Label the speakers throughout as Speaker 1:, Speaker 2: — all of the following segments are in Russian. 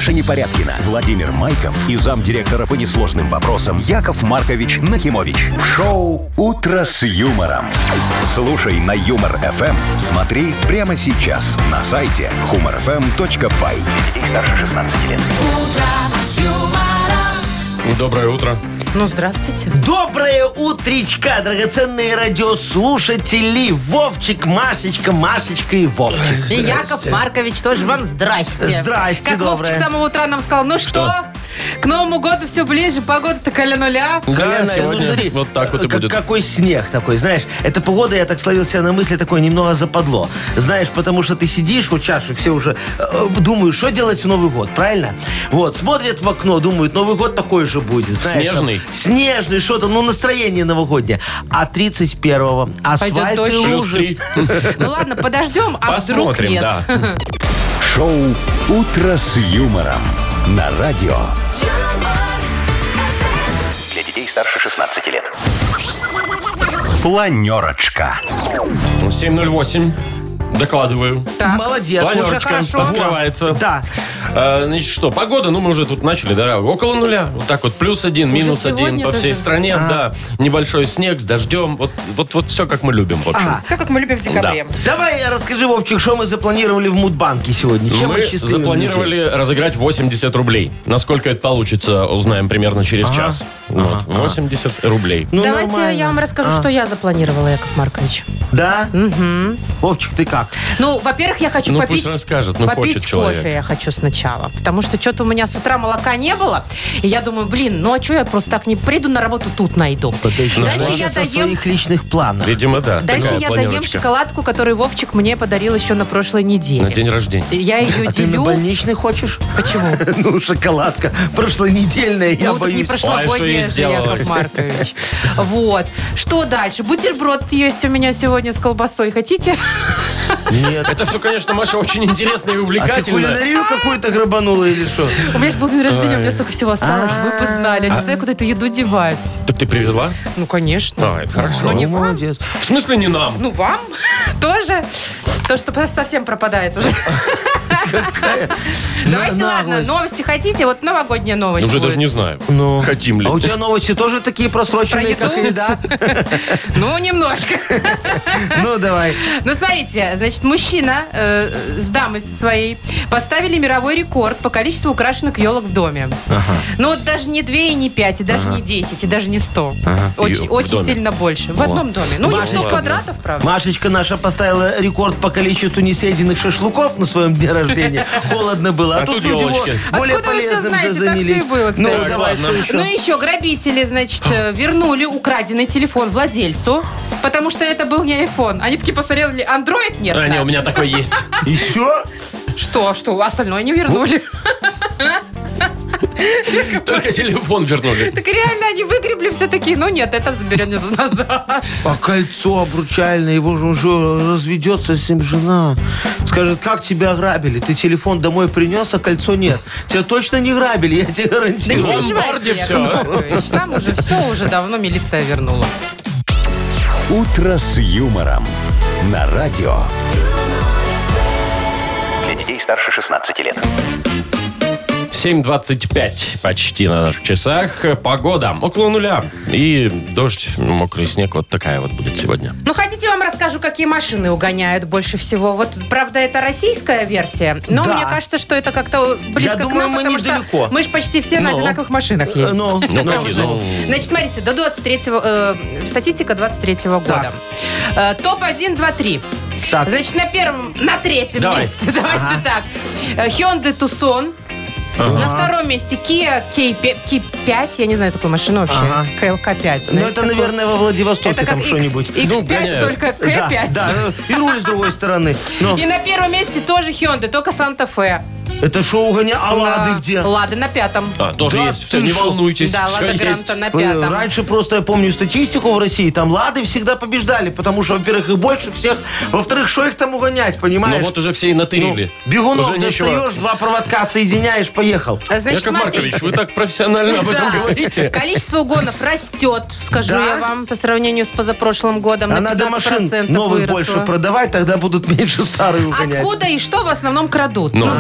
Speaker 1: Маша Непорядкина, Владимир Майков и замдиректора по несложным вопросам Яков Маркович Нахимович. В шоу «Утро с юмором». Слушай на Юмор-ФМ. Смотри прямо сейчас на сайте humorfm.by. Для детей старше 16 лет.
Speaker 2: Доброе утро.
Speaker 3: Ну, здравствуйте.
Speaker 4: Доброе утречка, драгоценные радиослушатели. Вовчик, Машечка, Машечка и Вовчик.
Speaker 3: И Яков Маркович тоже вам здрасте.
Speaker 4: Здрасте,
Speaker 3: Как
Speaker 4: доброе.
Speaker 3: Вовчик с самого утра нам сказал, ну что? К Новому году все ближе, погода-то около нуля.
Speaker 4: Коляна,
Speaker 2: сегодня
Speaker 4: смотри,
Speaker 2: вот так вот и будет.
Speaker 4: Какой снег такой, знаешь. Эта погода, я так словил себя на мысли, такой немного западло. Знаешь, потому что ты сидишь, вот чашу, все уже думают, что делать в Новый год, правильно? Вот, смотрят в окно, думают, Новый год такой же будет. Знаешь,
Speaker 2: Снежный.
Speaker 4: Там, снежный, что-то, ну, настроение новогоднее. А 31-го асфальт
Speaker 3: дождь.
Speaker 4: и
Speaker 2: Плюс
Speaker 4: лужи.
Speaker 2: 3.
Speaker 3: Ну ладно, подождем, а вдруг
Speaker 2: Посмотрим,
Speaker 3: нет.
Speaker 2: да.
Speaker 1: Шоу «Утро с юмором» на радио. Для детей старше 16 лет. Планерочка.
Speaker 2: 7:08. Докладываю.
Speaker 3: Так,
Speaker 4: Молодец.
Speaker 3: Уже
Speaker 2: Планерочка
Speaker 3: хорошо.
Speaker 2: открывается.
Speaker 4: Да.
Speaker 2: Значит, что, погода, ну, мы уже тут начали, да, около нуля. Вот так вот, +1, -1
Speaker 3: сегодня
Speaker 2: по всей
Speaker 3: даже?
Speaker 2: стране, да. Небольшой снег с дождем. Вот все, как мы любим, в общем.
Speaker 4: Ага.
Speaker 3: Все, как мы любим в декабре.
Speaker 4: Давай расскажи, Вовчик, что мы запланировали в Мудбанке сегодня. Чем
Speaker 2: Мы
Speaker 4: счастливы
Speaker 2: запланировали разыграть 80 рублей. Насколько это получится, узнаем примерно через час. Вот, 80 рублей.
Speaker 4: Ну,
Speaker 3: Давайте
Speaker 4: нормально.
Speaker 3: я вам расскажу, что я запланировала, Яков Маркович.
Speaker 4: Да? Вовчик, ты как?
Speaker 3: Ну, во-первых, я хочу
Speaker 2: Ну,
Speaker 3: попить,
Speaker 2: пусть расскажет, ну,
Speaker 3: попить
Speaker 2: хочет человек.
Speaker 3: кофе я хочу сначала. Потому что что-то у меня с утра молока не было. И я думаю, ну а что я просто так не приду на работу, тут найду.
Speaker 4: Подожди,
Speaker 2: Ну,
Speaker 3: Дальше
Speaker 2: что?
Speaker 3: я
Speaker 4: со
Speaker 3: доем...
Speaker 4: своих личных планов.
Speaker 2: Видимо, да.
Speaker 3: Дальше
Speaker 2: такая
Speaker 3: я доем
Speaker 2: планерочка.
Speaker 3: шоколадку, которую Вовчик мне подарил еще на прошлой неделе.
Speaker 2: На день рождения.
Speaker 3: Я ее
Speaker 4: А ты на
Speaker 3: делю.
Speaker 4: больничный хочешь?
Speaker 3: Почему?
Speaker 4: Ну, шоколадка прошлонедельная, я
Speaker 3: Ну, так не
Speaker 4: боюсь.
Speaker 3: прошлогодняя
Speaker 2: Ой, что ей
Speaker 3: же,
Speaker 2: сделалось.
Speaker 3: Яков Маркович. Вот. Что дальше? Бутерброд есть у меня сегодня с колбасой. Хотите?
Speaker 4: Нет.
Speaker 2: Это все, конечно, Маша, очень интересно и
Speaker 4: А ты
Speaker 2: увлекательно.
Speaker 4: кулинарию какую-то грабанула или что?
Speaker 3: У меня же был день рождения, у меня столько всего осталось. Вы бы знали. Я не знаю, куда эту еду девать.
Speaker 2: Так ты привезла?
Speaker 3: Ну, конечно.
Speaker 2: А, это хорошо.
Speaker 3: Ну, не
Speaker 4: Ну,
Speaker 3: вам.
Speaker 4: молодец.
Speaker 2: В смысле не нам?
Speaker 3: Ну, вам тоже. То, что совсем пропадает уже. Давайте, ладно,
Speaker 4: наглость.
Speaker 3: новости хотите? Вот новогодняя новость
Speaker 2: Уже
Speaker 3: будет.
Speaker 2: даже не знаю.
Speaker 4: Ну.
Speaker 2: Хотим ли.
Speaker 4: А у тебя новости тоже такие просроченные,
Speaker 3: Про
Speaker 4: как
Speaker 3: еду?
Speaker 4: и еда?
Speaker 3: Ну, немножко.
Speaker 4: Ну, давай.
Speaker 3: Ну, смотрите, значит, мужчина с дамой своей поставили мировой рекорд по количеству украшенных елок в доме. Ну, вот даже не 2 и не 5, и даже не 10, и даже не 100. Очень,
Speaker 2: И в
Speaker 3: очень
Speaker 2: доме.
Speaker 3: сильно больше. В одном доме. Ну, не 100
Speaker 4: Машечка.
Speaker 3: квадратов, правда.
Speaker 4: Машечка наша поставила рекорд по количеству несъеденных шашлыков на своем дне рождения. Холодно было. А
Speaker 2: А
Speaker 4: тут
Speaker 2: тут
Speaker 4: люди
Speaker 2: елочки.
Speaker 4: более
Speaker 3: Откуда вы все
Speaker 4: полезным
Speaker 3: знаете? Так все
Speaker 4: занялись.
Speaker 3: и было,
Speaker 4: Ну,
Speaker 3: кстати.
Speaker 4: давай,
Speaker 2: ладно.
Speaker 4: что еще?
Speaker 3: Ну, еще грабители, значит, вернули украденный телефон владельцу, потому что это был не iPhone. Они такие посмотрели, Android нет.
Speaker 2: А, не,
Speaker 3: да.
Speaker 2: у меня такой есть.
Speaker 4: И все?
Speaker 3: Что? Остальное не вернули.
Speaker 2: Только телефон вернули.
Speaker 3: Так реально они выгребли все такие, ну нет, это заберем назад.
Speaker 4: А кольцо обручальное, его же уже разведется с ним жена. Скажет, как тебя ограбили? Ты телефон домой принес, а кольцо нет. Тебя точно не грабили, я тебе
Speaker 3: Да не
Speaker 4: гарантирую.
Speaker 2: В ломбарде
Speaker 3: переживайте,
Speaker 2: всё.
Speaker 3: Яков Маркович, там уже все уже давно милиция вернула.
Speaker 1: «Утро с юмором» на радио. Для детей старше 16 лет.
Speaker 2: 7:25 почти на наших часах. Погода около нуля. И дождь, мокрый снег. Вот такая вот будет сегодня.
Speaker 3: Ну, хотите, вам расскажу, какие машины угоняют больше всего? Вот, правда, это российская версия, но
Speaker 4: Да.
Speaker 3: мне кажется, что это как-то близко
Speaker 4: Я
Speaker 3: к
Speaker 4: думаю,
Speaker 3: нам,
Speaker 4: мы
Speaker 3: потому
Speaker 4: недалеко.
Speaker 3: что мы же почти все на
Speaker 2: Ну.
Speaker 3: одинаковых машинах ездим.
Speaker 4: Ну,
Speaker 2: Ну, какие, ну,
Speaker 3: Значит, смотрите, до 23-го, статистика 23-го года. Топ-1, 2, 3.
Speaker 4: Так.
Speaker 3: Значит, на третьем
Speaker 2: Давай.
Speaker 3: месте, давайте так, Hyundai Tucson. На втором месте Kia K5, я не знаю такую машину вообще.
Speaker 4: Ага.
Speaker 3: К5.
Speaker 4: Ну, это, наверное, во Владивостоке
Speaker 3: это
Speaker 4: там
Speaker 3: как
Speaker 4: что-нибудь.
Speaker 3: X5,
Speaker 2: Ну, гоняют.
Speaker 3: только К5.
Speaker 4: Да, и руль с другой стороны. Ну,
Speaker 3: И на первом месте тоже Hyundai, только Санта-Фе.
Speaker 4: это шоу угоня, а
Speaker 3: Да.
Speaker 4: Лады где?
Speaker 3: Лады на пятом.
Speaker 2: А, тоже
Speaker 4: Да
Speaker 2: есть. Все,
Speaker 4: ты
Speaker 2: не
Speaker 4: шо?
Speaker 2: волнуйтесь.
Speaker 3: Да,
Speaker 2: все
Speaker 3: Лада
Speaker 2: есть.
Speaker 3: Гранта на пятом.
Speaker 4: Раньше просто я помню статистику в России, там Лады всегда побеждали, потому что, во-первых, их больше всех, во-вторых, что их там угонять,
Speaker 2: Ну
Speaker 4: понимаешь?
Speaker 2: вот уже все и натырили.
Speaker 4: Бегунок
Speaker 2: Уже ничего.
Speaker 4: достаешь, 2 проводка соединяешь, поехал.
Speaker 3: Значит,
Speaker 2: Яков Маркович, вы так профессионально об этом
Speaker 3: Да.
Speaker 2: говорите.
Speaker 3: Количество угонов растет, скажу
Speaker 4: Да?
Speaker 3: я вам, по сравнению с позапрошлым годом.
Speaker 4: А
Speaker 3: На
Speaker 4: надо машин
Speaker 3: 15%
Speaker 4: новых
Speaker 3: выросло.
Speaker 4: больше продавать, тогда будут меньше старые угонять.
Speaker 3: Откуда и что в основном крадут?
Speaker 2: Ну.
Speaker 3: Ну, на каких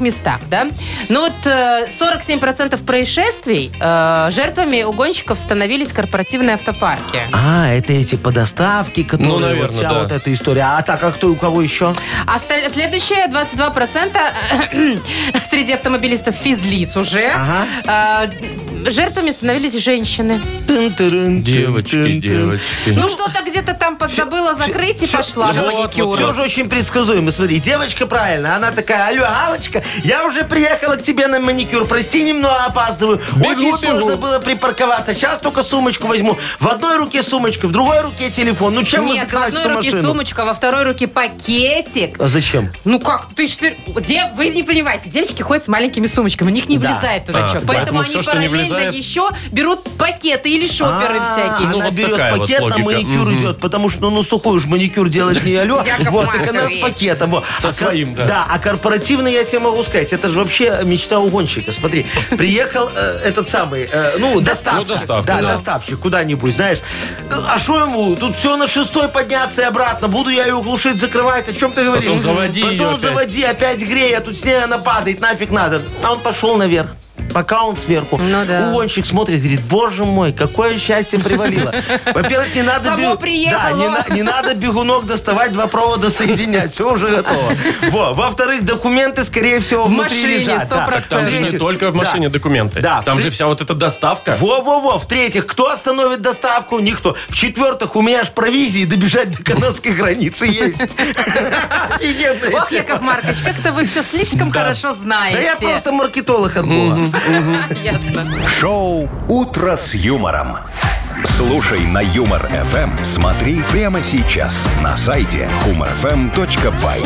Speaker 3: местах, да? Ну вот 47% происшествий жертвами угонщиков становились корпоративные автопарки.
Speaker 4: Это эти по доставке, которые...
Speaker 2: Ну, наверное,
Speaker 4: вот вся
Speaker 2: да.
Speaker 4: вот эта история. А так, а кто у кого еще?
Speaker 3: А следующее, 22% среди автомобилистов физлиц уже. Жертвами становились женщины.
Speaker 2: Девочки.
Speaker 3: Ну, что-то где-то там подзабыла закрыть и пошла на маникюр.
Speaker 4: Все же очень предсказуемо. Смотри, девочка правильно. Она такая: алло, Аллочка, я уже приехала к тебе на маникюр. Прости, немного опаздываю. Очень сложно было припарковаться. Сейчас только сумочку возьму. В одной руке сумочка, в другой руке телефон. Ну, чем вы
Speaker 3: Нет, в
Speaker 4: закрываете
Speaker 3: одной
Speaker 4: эту
Speaker 3: руке
Speaker 4: машину?
Speaker 3: сумочка, во второй руке пакетик.
Speaker 4: А зачем?
Speaker 3: Ну как? Ты ж вы не понимаете, девочки ходят с маленькими сумочками, у них не
Speaker 4: Да.
Speaker 3: влезает туда что.
Speaker 2: поэтому
Speaker 3: Поэтому
Speaker 2: всё,
Speaker 3: они
Speaker 2: что не
Speaker 3: параллельно
Speaker 2: влезает-
Speaker 3: еще берут пакеты или шоперы всякие.
Speaker 2: Ну,
Speaker 4: Она
Speaker 2: вот
Speaker 4: берет
Speaker 2: такая вот
Speaker 4: пакет, на
Speaker 2: логика.
Speaker 4: маникюр идет, потому что, ну, сухой уж маникюр делать не алло.
Speaker 3: Яков
Speaker 4: Вот, так она с
Speaker 3: Маркович.
Speaker 4: пакетом. Вот.
Speaker 2: Со своим, да.
Speaker 4: Да, а корпоративный, я тебе могу сказать, это же вообще мечта угонщика. Смотри, приехал этот самый, доставщик.
Speaker 2: Ну, доставка,
Speaker 4: Да,
Speaker 2: да.
Speaker 4: доставщик куда-нибудь, знаешь. А что ему? Тут все на 6-й подняться и обратно. Буду я ее глушить, закрывать. О чем ты говоришь?
Speaker 2: Потом заводи ее
Speaker 4: Потом
Speaker 2: опять.
Speaker 4: заводи, опять грей, а тут снег она падает, нафиг надо. А он пошел наверх. Пока он сверху.
Speaker 3: Ну да.
Speaker 4: Угонщик смотрит, говорит: боже мой, какое счастье привалило. Во-первых, не надо...
Speaker 3: Само приехало.
Speaker 4: Да, не надо бегунок доставать, 2 провода соединять. Все уже готово. Во-вторых, документы, скорее всего,
Speaker 3: В
Speaker 4: внутри
Speaker 3: машине,
Speaker 4: лежат.
Speaker 3: 100%.
Speaker 2: Так там же не
Speaker 4: В-третьих,
Speaker 2: только в машине документы.
Speaker 4: Да.
Speaker 2: Там же вся вот эта доставка.
Speaker 4: Во-во-во. В-третьих, кто остановит доставку? Никто. В-четвертых, у меня ж провизии добежать до канадской границы есть. Офигенная
Speaker 3: Ох,
Speaker 4: тема.
Speaker 3: Яков Маркович, как-то вы все слишком хорошо знаете.
Speaker 4: Да я просто маркетолог от Бога.
Speaker 3: Ясно.
Speaker 1: Шоу «Утро с юмором». Слушай на Юмор ФМ. Смотри прямо сейчас на сайте humorfm.by.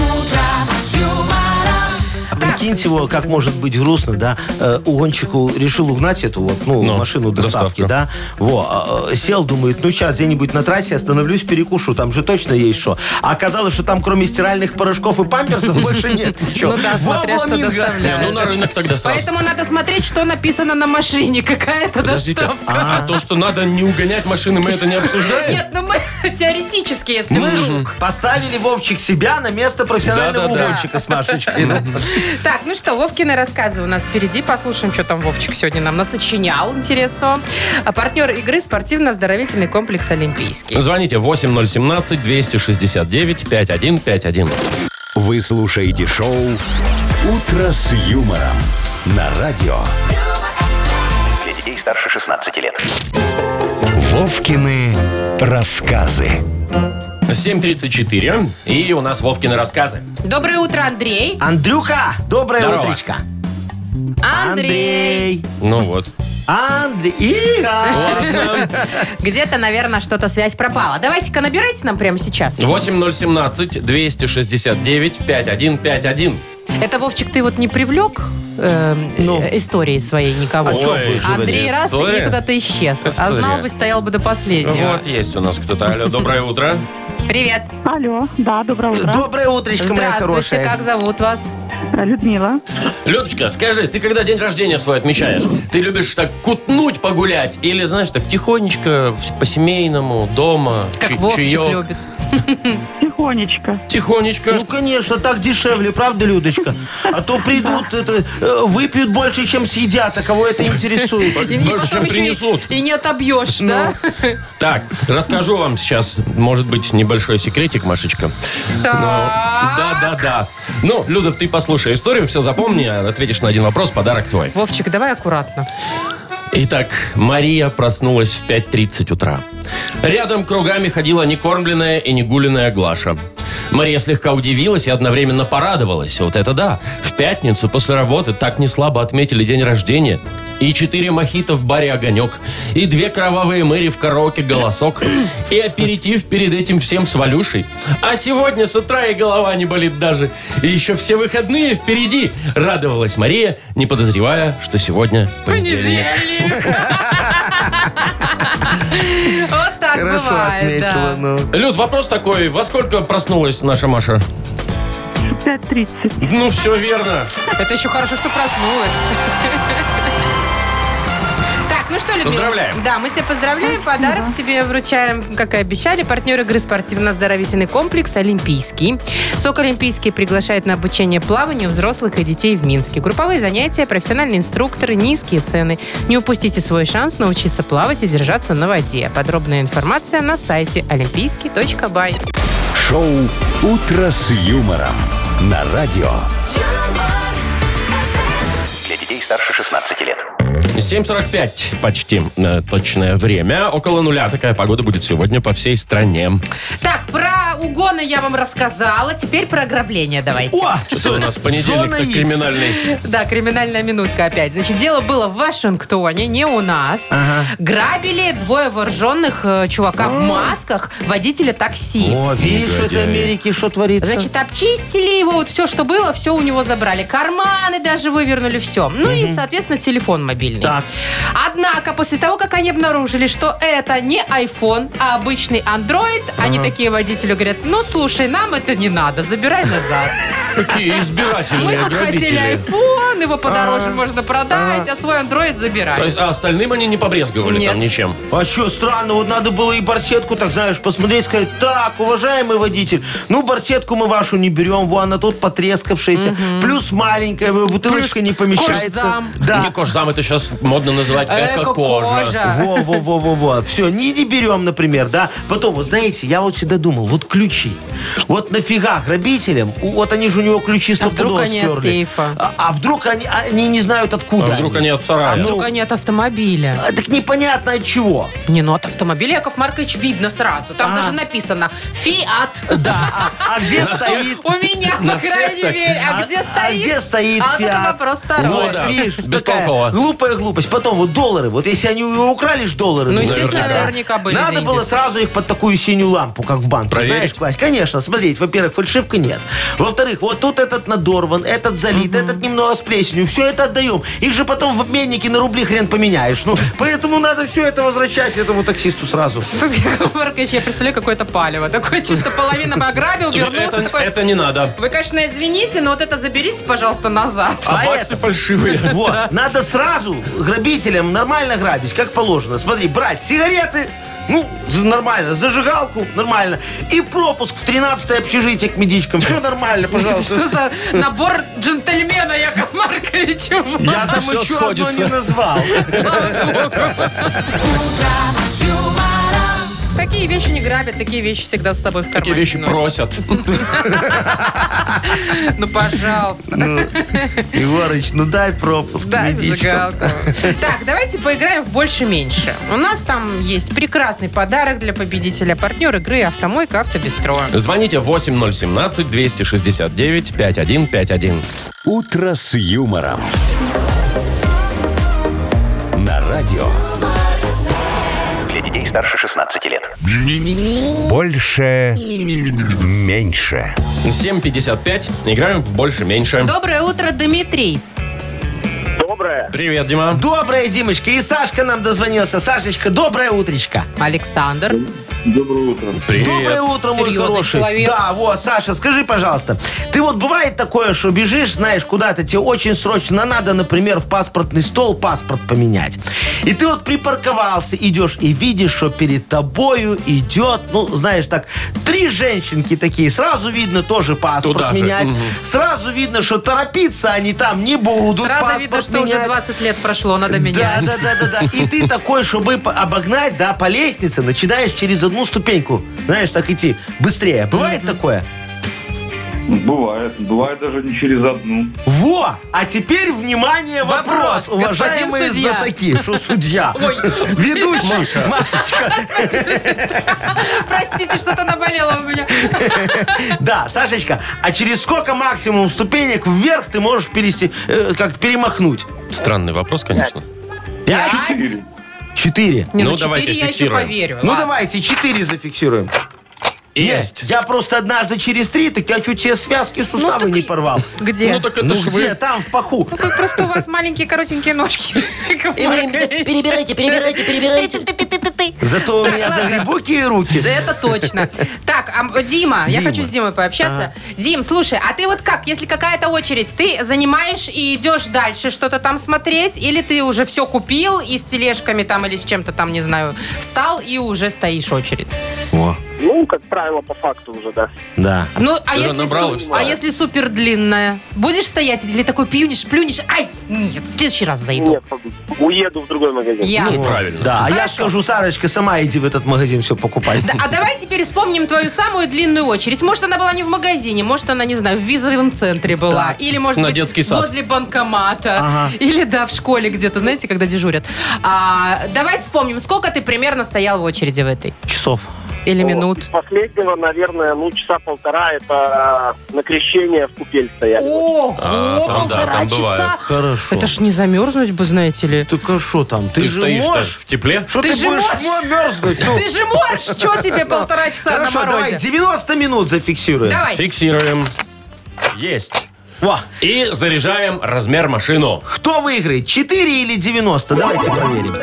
Speaker 4: А прикиньте его, как может быть грустно, да? Угонщику решил угнать эту вот, машину доставки,
Speaker 2: доставка.
Speaker 4: да? Сел, думает, сейчас где-нибудь на трассе остановлюсь, перекушу, там же точно есть что. А оказалось, что там кроме стиральных порошков и памперсов больше нет ничего.
Speaker 3: Ну да, смотря что
Speaker 4: Минга.
Speaker 3: доставляют.
Speaker 2: Ну, на рынок тогда сразу.
Speaker 3: Поэтому надо смотреть, что написано на машине. Какая-то
Speaker 2: Подождите,
Speaker 3: доставка.
Speaker 2: а то, что надо не угонять машины, мы это не обсуждаем?
Speaker 3: Нет, ну мы теоретически, если
Speaker 4: Мы
Speaker 3: вдруг.
Speaker 4: же поставили, Вовчик, себя на место профессионального
Speaker 2: Да-да-да.
Speaker 4: угонщика с Машечкой. да.
Speaker 3: Так, ну что, Вовкины рассказы у нас впереди. Послушаем, что там Вовчик сегодня нам насочинял интересного. А партнер игры — спортивно-оздоровительный комплекс «Олимпийский».
Speaker 2: Звоните 8017-269-5151.
Speaker 1: Вы слушаете шоу «Утро с юмором» на радио.
Speaker 5: Для детей старше 16 лет.
Speaker 1: Вовкины рассказы.
Speaker 2: 7:34. И у нас Вовкины рассказы.
Speaker 3: Доброе утро, Андрей.
Speaker 4: Андрюха, доброе
Speaker 2: Здорово.
Speaker 4: утречко.
Speaker 3: Андрей.
Speaker 2: Ну вот.
Speaker 4: Андрей. Игорь.
Speaker 2: Ладно.
Speaker 3: Где-то, наверное, что-то связь пропала. Давайте-ка набирайте нам прямо сейчас.
Speaker 2: 8017-269-5151.
Speaker 3: Это, Вовчик, ты вот не привлек историей своей никого?
Speaker 4: А чё
Speaker 2: Ой,
Speaker 4: вы же
Speaker 3: Андрей
Speaker 4: говорите?
Speaker 3: раз
Speaker 2: История?
Speaker 3: и куда-то исчез. А
Speaker 2: История.
Speaker 3: знал бы, стоял бы до последнего.
Speaker 2: Вот есть у нас кто-то. Алло, доброе утро.
Speaker 3: Привет.
Speaker 6: Алло, да, доброе утро.
Speaker 4: Доброе утречко, моя
Speaker 3: Здравствуйте,
Speaker 4: хорошая.
Speaker 3: как зовут вас?
Speaker 6: Людмила.
Speaker 2: Людочка, скажи, ты когда день рождения свой отмечаешь, ты любишь так кутнуть погулять? Или, знаешь, так тихонечко, по-семейному, дома,
Speaker 3: Как Вовчик
Speaker 2: чаек?
Speaker 3: любит.
Speaker 6: Тихонечко.
Speaker 2: Тихонечко.
Speaker 4: Ну, конечно, так дешевле, правда, Людочка? А то придут, выпьют больше, чем съедят, а кого это интересует?
Speaker 3: И
Speaker 2: Больше, чем
Speaker 3: потом еще
Speaker 2: принесут.
Speaker 3: и не отобьешь, да?
Speaker 2: Так, расскажу вам сейчас, может быть, небольшой секретик, Машечка.
Speaker 3: Так.
Speaker 2: Да. Ну, Люда, ты послушай историю, все запомни, ответишь на один вопрос, подарок твой.
Speaker 3: Вовчик, давай аккуратно.
Speaker 2: Итак, Мария проснулась в 5:30 утра. Рядом кругами ходила некормленная и негуленная Глаша. Мария слегка удивилась и одновременно порадовалась. Вот это да. В пятницу после работы так неслабо отметили день рождения. И 4 мохито в баре «Огонек», и 2 кровавые мэри в караоке «Голосок», и аперитив перед этим всем с Валюшей. А сегодня с утра и голова не болит даже. И еще все выходные впереди. Радовалась Мария, не подозревая, что сегодня понедельник.
Speaker 3: Вот так
Speaker 4: Хорошо
Speaker 3: бывает, да.
Speaker 4: отметила, ну.
Speaker 2: Люд, вопрос такой. Во сколько проснулась наша Маша?
Speaker 6: 5:30.
Speaker 2: Ну, все верно.
Speaker 3: Это еще хорошо, что проснулась. Так, ну что, Людмила?
Speaker 2: Поздравляем.
Speaker 3: Да, мы тебя поздравляем. Подарок тебе вручаем, как и обещали. Партнер игры спортивно-оздоровительный комплекс «Олимпийский». СОК «Олимпийский» приглашает на обучение плаванию взрослых и детей в Минске. Групповые занятия, профессиональные инструкторы, низкие цены. Не упустите свой шанс научиться плавать и держаться на воде. Подробная информация на сайте олимпийский.бай.
Speaker 1: Шоу «Утро с юмором» на радио.
Speaker 5: Для детей старше 16 лет.
Speaker 2: 7:45 почти точное время. Около нуля такая погода будет сегодня по всей стране.
Speaker 3: Так, про угоны я вам рассказала. Теперь про ограбление давайте.
Speaker 4: О,
Speaker 2: Что у нас
Speaker 4: Зона
Speaker 2: понедельник-то
Speaker 4: Икс.
Speaker 2: криминальный.
Speaker 3: Да, криминальная минутка опять. Значит, дело было в Вашингтоне, не у нас. Грабили двое вооруженных чувака в масках водителя такси.
Speaker 4: О, видишь, в этой Америке что творится?
Speaker 3: Значит, обчистили его, вот все, что было, все у него забрали. Карманы даже вывернули, все. Ну и, соответственно, телефон мобильный.
Speaker 4: Так.
Speaker 3: Однако, после того, как они обнаружили, что это не iPhone, а обычный Android, они такие водителю говорят, ну, слушай, нам это не надо, забирай назад.
Speaker 2: Какие
Speaker 3: Мы
Speaker 2: избирательные
Speaker 3: тут хотели
Speaker 2: грабители.
Speaker 3: iPhone, его подороже можно продать, а свой Android забирай.
Speaker 2: То есть, а остальным они не побрезговали
Speaker 3: Нет.
Speaker 2: там ничем?
Speaker 4: А что, странно, вот надо было и барсетку, так знаешь, посмотреть, сказать, так, уважаемый водитель, ну, барсетку мы вашу не берем, вон, она тут потрескавшаяся, плюс маленькая, бутылочка не помещается.
Speaker 3: кожзам.
Speaker 4: Да.
Speaker 2: Не кожзам, это сейчас модно называть эко-кожа.
Speaker 3: Эко-кожа.
Speaker 4: Во. Все, не берем, например, да. Потом, вот знаете, я вот всегда думал, вот ключи. Вот нафига грабителям, вот они же у него ключи
Speaker 3: А вдруг
Speaker 4: стопудово
Speaker 3: они от
Speaker 4: сперли.
Speaker 3: сейфа?
Speaker 4: А вдруг они не знают откуда.
Speaker 2: А вдруг они от сарая?
Speaker 3: А вдруг они от автомобиля?
Speaker 4: Так непонятно от чего.
Speaker 3: Не, ну от автомобиля, Яков Маркович, видно сразу. Там даже написано «Фиат». Да.
Speaker 4: А где стоит?
Speaker 3: У меня,
Speaker 2: На
Speaker 3: по
Speaker 2: всех
Speaker 3: крайней
Speaker 2: так?
Speaker 3: мере. А где стоит?
Speaker 4: где стоит
Speaker 3: А вот это
Speaker 4: «Фиат»?
Speaker 3: вопрос второй.
Speaker 2: Ну да.
Speaker 4: Видишь,
Speaker 2: Бестолково.
Speaker 4: такая глупая глупость. Потом вот доллары. Вот если они украли ж доллары.
Speaker 3: Ну,
Speaker 4: например,
Speaker 3: естественно,
Speaker 4: да,
Speaker 3: наверняка были
Speaker 4: надо
Speaker 3: деньги.
Speaker 4: было сразу их под такую синюю лампу, как в банке.
Speaker 2: Проверить?
Speaker 4: Знаешь, класть. Конечно, смотреть. Во-первых, фальшивка нет. Во-вторых, вот тут этот надорван, этот залит, этот немного с плесенью. Все это отдаем. Их же потом в обменнике на рубли хрен поменяешь. Ну, поэтому надо все это возвращать этому таксисту сразу.
Speaker 3: Тут, Яков Маркович, я представляю, какое-то палево. Такое чисто половина пограбил, вернулся. Такой,
Speaker 2: Это не надо.
Speaker 3: вы, конечно, извините, но вот это заберите, пожалуйста, назад.
Speaker 2: А
Speaker 4: А
Speaker 2: баксы
Speaker 4: это-
Speaker 2: фальшивые.
Speaker 4: Вот, надо сразу грабителям нормально грабить, как положено. Смотри, брать сигареты, ну, нормально, зажигалку, нормально, и пропуск в 13-е общежитие к медичкам. Все нормально, пожалуйста.
Speaker 3: Что за набор джентльмена, Яков Маркович?
Speaker 4: Я там
Speaker 2: Всё
Speaker 4: еще
Speaker 2: сходится.
Speaker 4: одно не назвал.
Speaker 3: Такие вещи не грабят, такие вещи всегда с собой в кармане
Speaker 2: Такие вещи
Speaker 3: носят.
Speaker 2: просят.
Speaker 3: Ну, пожалуйста.
Speaker 4: Егорыч, ну дай пропуск к
Speaker 3: Дай
Speaker 4: медичкам.
Speaker 3: зажигалку. Так, давайте поиграем в «Больше-меньше». У нас там есть прекрасный подарок для победителя. Партнер игры «Автомойка Автобестро».
Speaker 2: Звоните 8017-269-5151.
Speaker 1: «Утро с юмором». На радио.
Speaker 5: Для детей старше 16 лет.
Speaker 1: Больше. Меньше.
Speaker 2: 7:55. Играем в больше-меньше.
Speaker 3: Доброе утро, Дмитрий.
Speaker 7: Доброе.
Speaker 2: Привет, Дима.
Speaker 4: Доброе, Димочка. И Сашка нам дозвонился. Сашечка, доброе утречко.
Speaker 3: Александр.
Speaker 7: Доброе утро.
Speaker 2: Привет.
Speaker 4: Доброе утро, мой
Speaker 3: Серьезный
Speaker 4: хороший.
Speaker 3: человек.
Speaker 4: Да, вот, Саша, скажи, пожалуйста, ты вот бывает такое, что бежишь, знаешь, куда-то тебе очень срочно надо, например, в паспортный стол паспорт поменять. И ты вот припарковался, идешь и видишь, что перед тобою идет, ну, знаешь, так, 3 женщинки такие. Сразу видно тоже паспорт
Speaker 2: Туда же.
Speaker 4: менять.
Speaker 2: Мгм.
Speaker 4: Сразу видно, что торопиться они там не будут.
Speaker 3: Сразу
Speaker 4: паспорт
Speaker 3: видно, что уже
Speaker 4: менять.
Speaker 3: 20 лет прошло, надо
Speaker 4: Да,
Speaker 3: менять.
Speaker 4: да. И ты такой, чтобы обогнать, да, по лестнице, начинаешь через одну ступеньку, знаешь, так идти быстрее. Бывает такое?
Speaker 7: Бывает. Бывает даже не через одну.
Speaker 4: Во! А теперь, внимание, вопрос,
Speaker 3: Вопрос,
Speaker 4: уважаемые
Speaker 3: господин судья.
Speaker 4: знатоки. Что судья?
Speaker 3: Ой,
Speaker 4: Ведущий. Машечка.
Speaker 3: простите, что-то наболело у меня.
Speaker 4: Да, Сашечка, а через сколько максимум ступенек вверх ты можешь как-то перемахнуть?
Speaker 2: Странный вопрос, конечно.
Speaker 4: 5? 4.
Speaker 3: Не,
Speaker 2: Ну,
Speaker 3: ну 4
Speaker 2: давайте
Speaker 3: я еще
Speaker 2: фиксируем.
Speaker 3: поверю.
Speaker 4: Ну
Speaker 3: Ладно.
Speaker 4: давайте 4 зафиксируем.
Speaker 2: Есть.
Speaker 4: Я просто однажды через 3, так я чуть тебе связки суставы
Speaker 3: так
Speaker 4: не
Speaker 3: и-
Speaker 4: порвал.
Speaker 3: Где?
Speaker 2: Ну, так это
Speaker 4: Ну
Speaker 2: ж
Speaker 4: где?
Speaker 2: вы...
Speaker 4: Там, в паху.
Speaker 3: Ну, просто у вас маленькие коротенькие ножки. Яков Маркович.
Speaker 8: Перебирайте.
Speaker 3: ты.
Speaker 4: Зато у меня загребокие руки.
Speaker 3: Да, это точно. Так, Дима, я хочу с Димой пообщаться. Дим, слушай, а ты вот как, если какая-то очередь, ты занимаешь и идешь дальше что-то там смотреть, или ты уже все купил и с тележками там или с чем-то там, не знаю, встал и уже стоишь очередь?
Speaker 4: О,
Speaker 8: Ну, как правило, по факту уже, да.
Speaker 4: да.
Speaker 3: Ну, а
Speaker 2: Ты же
Speaker 3: если,
Speaker 2: набрал и встал.
Speaker 3: если супер длинная? Будешь стоять или такой плюнешь, ай, нет, в следующий раз зайду.
Speaker 8: Нет, уеду в другой магазин.
Speaker 3: Ясно.
Speaker 2: Ну, правильно.
Speaker 4: Да, а я
Speaker 3: Хорошо.
Speaker 4: скажу, Сарочка, сама иди в этот магазин все покупай.
Speaker 3: Да, а давай теперь вспомним твою самую длинную очередь. Может, она была не в магазине, может, она, не знаю, в визовом центре была.
Speaker 4: Так.
Speaker 3: Или, может
Speaker 2: На
Speaker 3: быть,
Speaker 2: детский сад.
Speaker 3: возле банкомата.
Speaker 4: Ага.
Speaker 3: Или, да, в школе где-то, знаете, когда дежурят. Давай вспомним, сколько ты примерно стоял в очереди в этой?
Speaker 4: Часов.
Speaker 3: Или
Speaker 8: Вот.
Speaker 3: минут?
Speaker 8: Последнего, наверное, часа полтора, это на крещение в купель стояли.
Speaker 3: Ого,
Speaker 2: там, да,
Speaker 3: полтора
Speaker 2: там
Speaker 3: часа.
Speaker 2: бывает.
Speaker 4: Хорошо.
Speaker 3: Это ж не замерзнуть бы, знаете ли.
Speaker 4: Так а что там?
Speaker 2: Ты
Speaker 4: же
Speaker 2: стоишь-то
Speaker 4: можешь?
Speaker 2: в тепле?
Speaker 4: Что
Speaker 3: Ты
Speaker 4: ты
Speaker 3: же
Speaker 4: будешь
Speaker 3: можешь.
Speaker 4: мерзнуть? Ну,
Speaker 3: Ты же можешь! Что тебе полтора часа на
Speaker 4: хорошо, давай
Speaker 3: морозе?
Speaker 4: 90 минут зафиксируем.
Speaker 3: Давайте.
Speaker 2: Фиксируем. Есть.
Speaker 4: Во.
Speaker 2: И заряжаем размер машину.
Speaker 4: Кто выиграет, 4 или 90? Давайте проверим.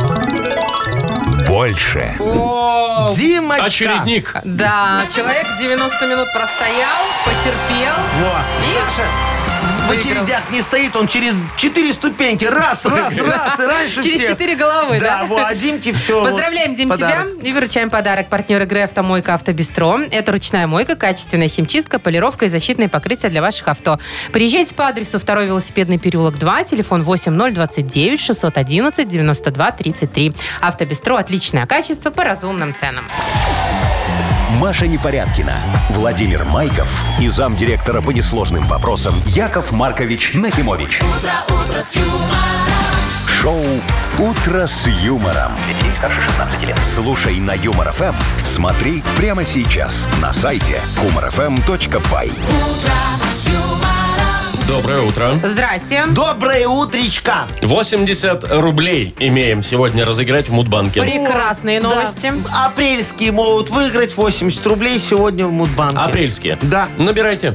Speaker 1: Больше.
Speaker 3: О,
Speaker 4: Димочка.
Speaker 2: Очередник.
Speaker 3: да, человек 90 минут простоял, потерпел.
Speaker 4: Во.
Speaker 3: И
Speaker 4: Саша в
Speaker 3: выиграл.
Speaker 4: очередях не стоит, он через 4 ступеньки. Раз, и раньше
Speaker 3: Через
Speaker 4: всех.
Speaker 3: 4 головы,
Speaker 4: Да,
Speaker 3: да?
Speaker 4: во, а Димке все.
Speaker 3: Поздравляем, Дим, тебя и выручаем подарок. Партнер игры «Автомойка Автобестро». Это ручная мойка, качественная химчистка, полировка и защитные покрытия для ваших авто. Приезжайте по адресу 2 велосипедный переулок 2, телефон 8029 611 92 33. «Автобестро» – отличное качество по разумным ценам.
Speaker 1: Маша Непорядкина, Владимир Майков и замдиректора по несложным вопросам Яков Маркович Нахимович. Шоу «Утро с юмором».
Speaker 5: Для детей старше 16 лет.
Speaker 1: Слушай на Юмор ФМ, смотри прямо сейчас на сайте humorfm.by.
Speaker 2: Доброе утро.
Speaker 3: Здрасте.
Speaker 4: Доброе утречка.
Speaker 2: 80 рублей имеем сегодня разыграть в Мудбанке.
Speaker 3: Прекрасные новости.
Speaker 4: Да. Апрельские могут выиграть 80 рублей сегодня в Мудбанке.
Speaker 2: Апрельские.
Speaker 4: Да.
Speaker 2: Набирайте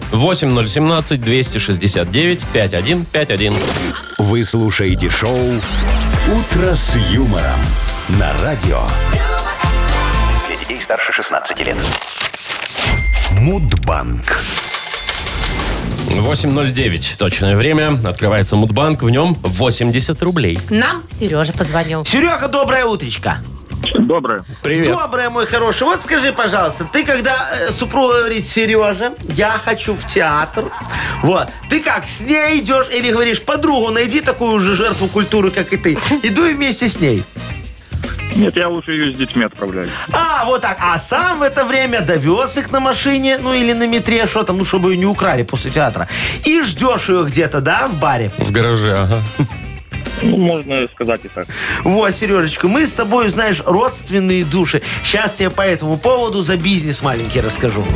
Speaker 2: 8017-269-5151.
Speaker 1: Вы слушаете шоу «Утро с юмором» на радио
Speaker 5: Для детей старше 16 лет.
Speaker 1: Мудбанк.
Speaker 2: 8:09 точное время. Открывается Мудбанк. В нем 80 рублей.
Speaker 3: Нам Сережа позвонил.
Speaker 4: Серега, доброе утречко.
Speaker 7: Доброе.
Speaker 2: Привет.
Speaker 4: Доброе, мой хороший. Вот скажи, пожалуйста, ты когда супруга говорит: Сережа, я хочу в театр. Вот. Ты как, с ней идешь или говоришь: подругу найди такую же жертву культуры, как и ты. Иду и вместе с ней.
Speaker 7: Нет, я лучше ее с детьми отправляю.
Speaker 4: А, вот так. А сам в это время довез их на машине, ну или на метре, что там, ну чтобы ее не украли после театра. И ждешь ее где-то, да, в баре.
Speaker 2: В гараже, ага.
Speaker 7: Ну, можно сказать и так.
Speaker 4: Вот, Сережечка, мы с тобой, знаешь, родственные души. Сейчас тебе по этому поводу за бизнес маленький расскажу.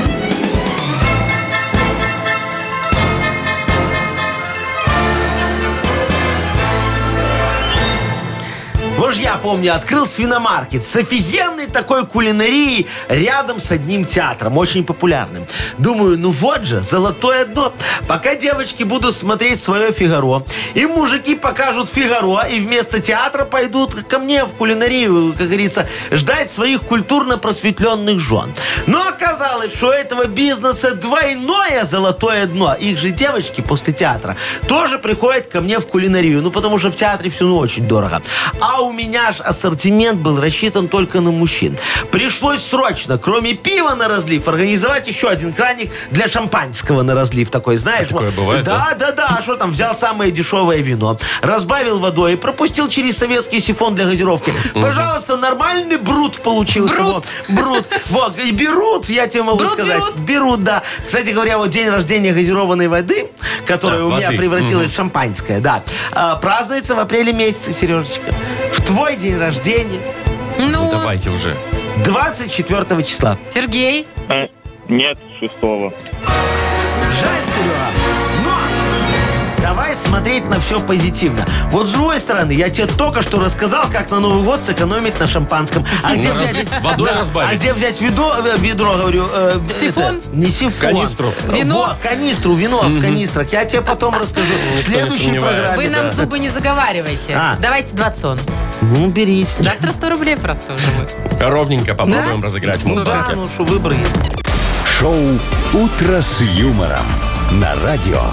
Speaker 4: Вот же я помню, открыл свиномаркет с офигенной такой кулинарией рядом с одним театром, очень популярным. Думаю, ну вот же, золотое дно. Пока девочки будут смотреть свое «Фигаро», и мужики покажут «Фигаро», и вместо театра пойдут ко мне в кулинарию, как говорится, ждать своих культурно-просветленных жен. Но оказалось, что у этого бизнеса двойное золотое дно. Их же девочки после театра тоже приходят ко мне в кулинарию, ну потому что в театре все очень дорого. А у меня же ассортимент был рассчитан только на мужчин. Пришлось срочно, кроме пива на разлив, организовать еще один краник для шампанского на разлив такой, знаешь.
Speaker 2: А такое бывает,
Speaker 4: да? Да. А что там, взял самое дешевое вино, разбавил водой и пропустил через советский сифон для газировки. Пожалуйста, нормальный брут получился. Брут. Вот, и берут, я тебе могу
Speaker 3: Брут
Speaker 4: сказать. Берут, да. Кстати говоря, вот день рождения газированной воды, которая
Speaker 2: Да,
Speaker 4: у меня
Speaker 2: воды.
Speaker 4: превратилась в шампанское, да, празднуется в апреле месяце, Сережечка. В твой день рождения,
Speaker 3: Ну,
Speaker 2: Давайте уже.
Speaker 4: 24 числа.
Speaker 3: Сергей.
Speaker 7: Нет, 6-го.
Speaker 4: Жаль, Серега, но давай смотреть на все позитивно. Вот с другой стороны, я тебе только что рассказал, как на Новый год сэкономить на шампанском. А где взять...
Speaker 2: Водой
Speaker 4: Да,
Speaker 2: разбавить.
Speaker 4: А где взять ведро, говорю...
Speaker 3: Сифон?
Speaker 4: Не сифон.
Speaker 2: Канистру.
Speaker 3: Вино?
Speaker 4: Во, канистру, вино в канистрах. Я тебе потом расскажу в
Speaker 2: не
Speaker 4: следующей
Speaker 2: сомневается.
Speaker 4: программе.
Speaker 3: Вы нам зубы не заговаривайте.
Speaker 4: А.
Speaker 3: Давайте 20.
Speaker 4: Ну, берите.
Speaker 3: Завтра 100 рублей просто уже будет.
Speaker 2: Ровненько попробуем разыграть в
Speaker 3: Супер.
Speaker 4: Да,
Speaker 2: Мудбанке.
Speaker 4: ну что, выбор есть.
Speaker 1: Шоу «Утро с юмором» на радио.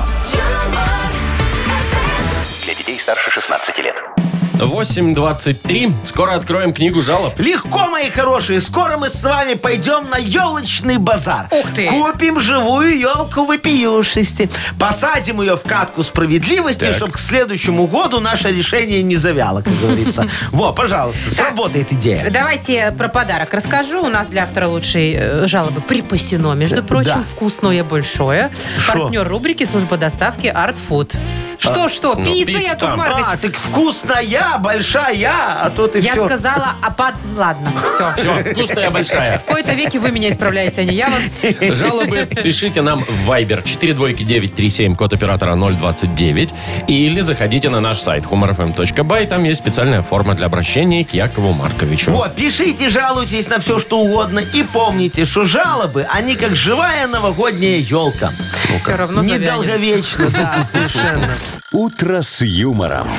Speaker 5: Для детей старше 16 лет.
Speaker 2: 8:23. Скоро откроем книгу жалоб.
Speaker 4: Легко, мои хорошие, скоро мы с вами пойдем на елочный базар.
Speaker 3: Ух ты.
Speaker 4: Купим живую елку вопиюшести. Посадим ее в катку справедливости,
Speaker 2: Так.
Speaker 4: чтобы к следующему году наше решение не завяло, как говорится. Во, пожалуйста, сработает идея.
Speaker 3: Давайте про подарок расскажу. У нас для автора лучшей жалобы припасено, между прочим,
Speaker 4: да.
Speaker 3: вкусное большое.
Speaker 4: Шо?
Speaker 3: Партнер рубрики «Служба доставки Art Food». Что?
Speaker 2: Ну,
Speaker 3: Пицца,
Speaker 2: пицца
Speaker 3: Яков
Speaker 2: там.
Speaker 3: Маркович?
Speaker 4: Так вкусная, большая, а то ты
Speaker 3: Я
Speaker 4: все...
Speaker 3: сказала, ладно, все.
Speaker 2: Все, вкусная большая.
Speaker 3: В кои-то веки вы меня исправляете, а не я вас.
Speaker 2: Жалобы пишите нам в Viber 42937, код оператора 029. Или заходите на наш сайт humorfm.by. Там есть специальная форма для обращения к Якову Марковичу.
Speaker 4: Вот, пишите, жалуйтесь на все, что угодно. И помните, что жалобы, они как живая новогодняя елка.
Speaker 3: Все равно завянет.
Speaker 4: Недолговечно, да, совершенно.
Speaker 1: «Утро с юмором»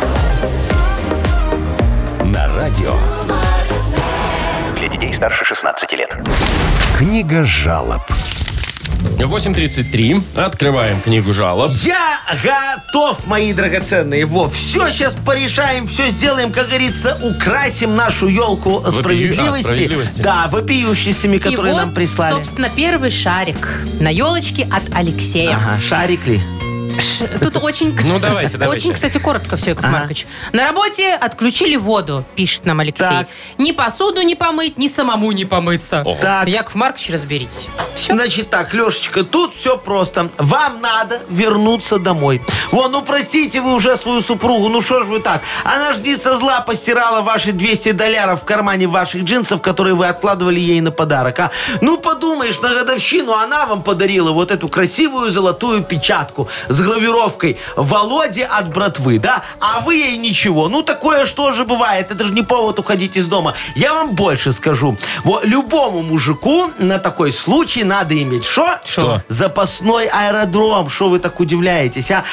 Speaker 1: на радио.
Speaker 5: Для детей старше 16 лет.
Speaker 1: Книга жалоб.
Speaker 2: 8:33. Открываем книгу жалоб.
Speaker 4: Я готов, мои драгоценные. Во, все сейчас порешаем, все сделаем, как говорится, украсим нашу елку справедливости.
Speaker 2: справедливости.
Speaker 4: Да, вопиющестями,
Speaker 3: И
Speaker 4: которые
Speaker 3: вот,
Speaker 4: нам прислали.
Speaker 3: собственно, первый шарик на елочке от Алексея.
Speaker 4: Ага, шарик ли?
Speaker 3: Тут очень,
Speaker 2: Ну, давайте.
Speaker 3: очень, кстати, коротко все, Яков
Speaker 4: Ага.
Speaker 3: Маркович. На работе отключили воду, пишет нам Алексей.
Speaker 4: Так.
Speaker 3: Ни посуду не помыть, ни самому не помыться.
Speaker 2: Ого.
Speaker 4: Так.
Speaker 3: Яков Маркович, разберитесь.
Speaker 4: Значит так, Лешечка, тут все просто. Вам надо вернуться домой. Вон, ну простите вы уже свою супругу, ну что ж вы так? Она ж не со зла постирала ваши $200 в кармане ваших джинсов, которые вы откладывали ей на подарок, а? Ну подумаешь, на годовщину она вам подарила вот эту красивую золотую печатку с гравировкой «Володя от братвы», да? А вы ей ничего. Ну такое что же бывает? Это же не повод уходить из дома. Я вам больше скажу. Вот любому мужику на такой случай надо иметь что?
Speaker 2: Что?
Speaker 4: Запасной аэродром. Что вы так удивляетесь, а?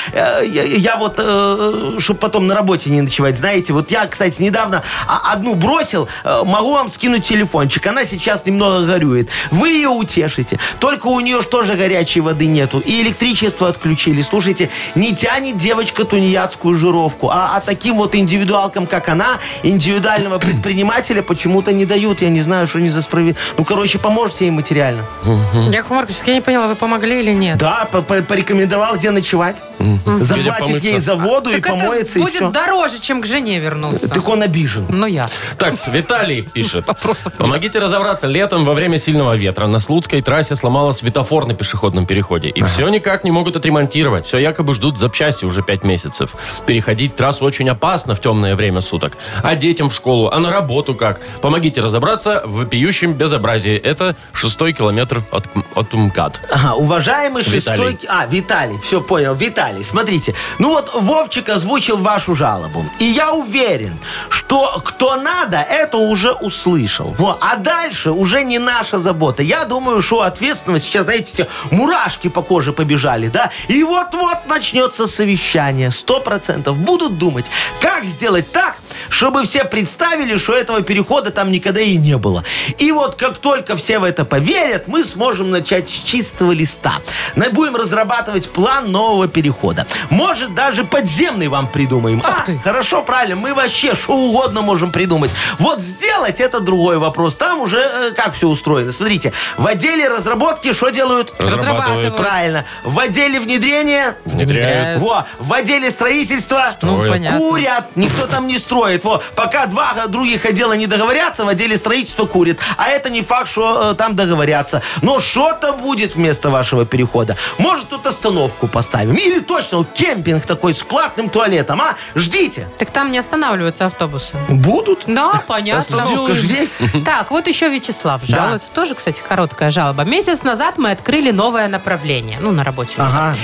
Speaker 4: Я вот, чтобы потом на работе не ночевать, знаете, вот я, кстати, недавно одну бросил, могу вам скинуть телефончик. Она сейчас немного горюет. Вы ее утешите. Только у нее ж тоже горячей воды нету. И электричество отключили. Слушайте, не тянет девочка тунеядскую жировку. А таким вот индивидуалкам, как она, индивидуального предпринимателя почему-то не дают. Я не знаю, что они за справедливость. Ну, короче, поможете ей материально.
Speaker 3: Яков Маркович, я не поняла, вы помогли или нет?
Speaker 4: Да, порекомендовал, где ночевать. Заплатит
Speaker 2: помыться.
Speaker 4: ей за воду и
Speaker 3: Так
Speaker 4: помоется,
Speaker 3: это
Speaker 4: и
Speaker 3: будет
Speaker 4: все.
Speaker 3: дороже, чем к жене вернуться.
Speaker 4: Так он обижен.
Speaker 3: Ну, ясно.
Speaker 2: Так, Виталий пишет.
Speaker 3: Вопросов нет.
Speaker 2: Помогите разобраться. Летом во время сильного ветра на Слуцкой трассе сломалась светофор на пешеходном переходе. И все никак не могут отремонтировать. Все якобы ждут запчасти уже 5 месяцев. Переходить трассу очень опасно в темное время суток. А детям в школу, а на работу как? Помогите разобраться в вопиющем безобразии. Это 6-й километр от МКАД.
Speaker 4: Ага, уважаемый
Speaker 2: Виталий.
Speaker 4: шестой... Виталий, все понял. Виталий, смотрите. Ну вот Вовчик озвучил вашу жалобу. И я уверен, что кто надо, это уже услышал. Во. А дальше уже не наша забота. Я думаю, что ответственность сейчас, знаете, те мурашки по коже побежали, да? И вот-вот начнется совещание. 100% будут думать, как сделать так, чтобы все представили, что этого перехода там никогда и не было. И вот как только все в это поверят, мы сможем начать с чистого листа. Будем разрабатывать план нового перехода. Может, даже подземный вам придумаем. Хорошо, правильно, мы вообще что угодно можем придумать. Вот сделать это другой вопрос. Там уже как все устроено. Смотрите, в отделе разработки что делают?
Speaker 2: Разрабатывают.
Speaker 4: Правильно. В отделе внедрения?
Speaker 2: Внедряют.
Speaker 4: В отделе строительства?
Speaker 3: Ну, понятно.
Speaker 4: Курят. Никто там не строит. Пока два других отдела не договорятся, в отделе строительства курят. А это не факт, что там договорятся. Но что-то будет вместо вашего перехода. Может, тут остановку поставим. Или точно кемпинг такой с платным туалетом. Ждите.
Speaker 3: Так там не останавливаются автобусы.
Speaker 4: Будут?
Speaker 3: Да, понятно.
Speaker 4: Остановка же есть.
Speaker 3: Так, вот еще Вячеслав жалуется. Тоже, кстати, короткая жалоба. Месяц назад мы открыли новое направление. Ну, на работе.
Speaker 4: Ага, да, в бизнесе.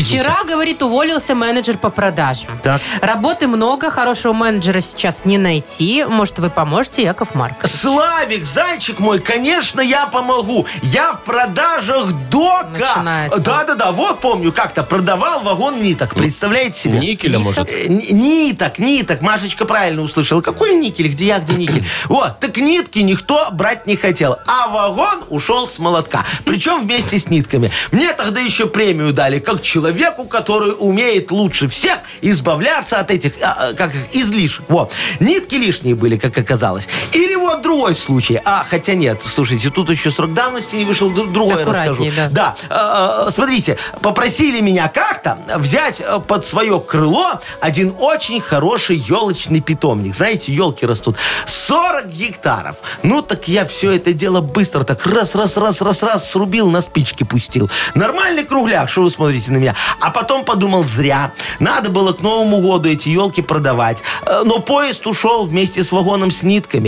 Speaker 4: снизился.
Speaker 3: Вчера, говорит, уволился менеджер по продажам.
Speaker 4: Так.
Speaker 3: Работы много, хорошего менеджера сейчас не найти. Может, вы поможете, Яков Маркович?
Speaker 4: Славик, зайчик мой, конечно, я помогу. Я в продажах дока.
Speaker 3: Начинается.
Speaker 4: Да. Вот помню, как-то продавал вагон ниток. Представляете себе?
Speaker 2: Никеля, может?
Speaker 4: Ниток. Машечка правильно услышала. Какой никель? Где я, где никель? Вот, так нитки никто брать не хотел. А вагон ушел с молотка. Причем вместе с нитками. Мне тогда еще премию дали, как человеку, который умеет лучше всех избавляться от этих, излишек. Вот. Нитки лишние были, как оказалось. Или вот другой случай. Хотя нет, слушайте, тут еще срок давности не вышел, другое расскажу.
Speaker 3: Да.
Speaker 4: Смотрите, попросили меня как-то взять под свое крыло один очень хороший елочный питомник. Знаете, елки растут. 40 гектаров. Ну, так я все это дело быстро так раз, срубил, на спички пустил. Нормальный кругляк, что вы смотрите на меня. А потом подумал, зря. Надо было к Новому году эти елки продавать. Но поезд ушел вместе с вагоном с нитками.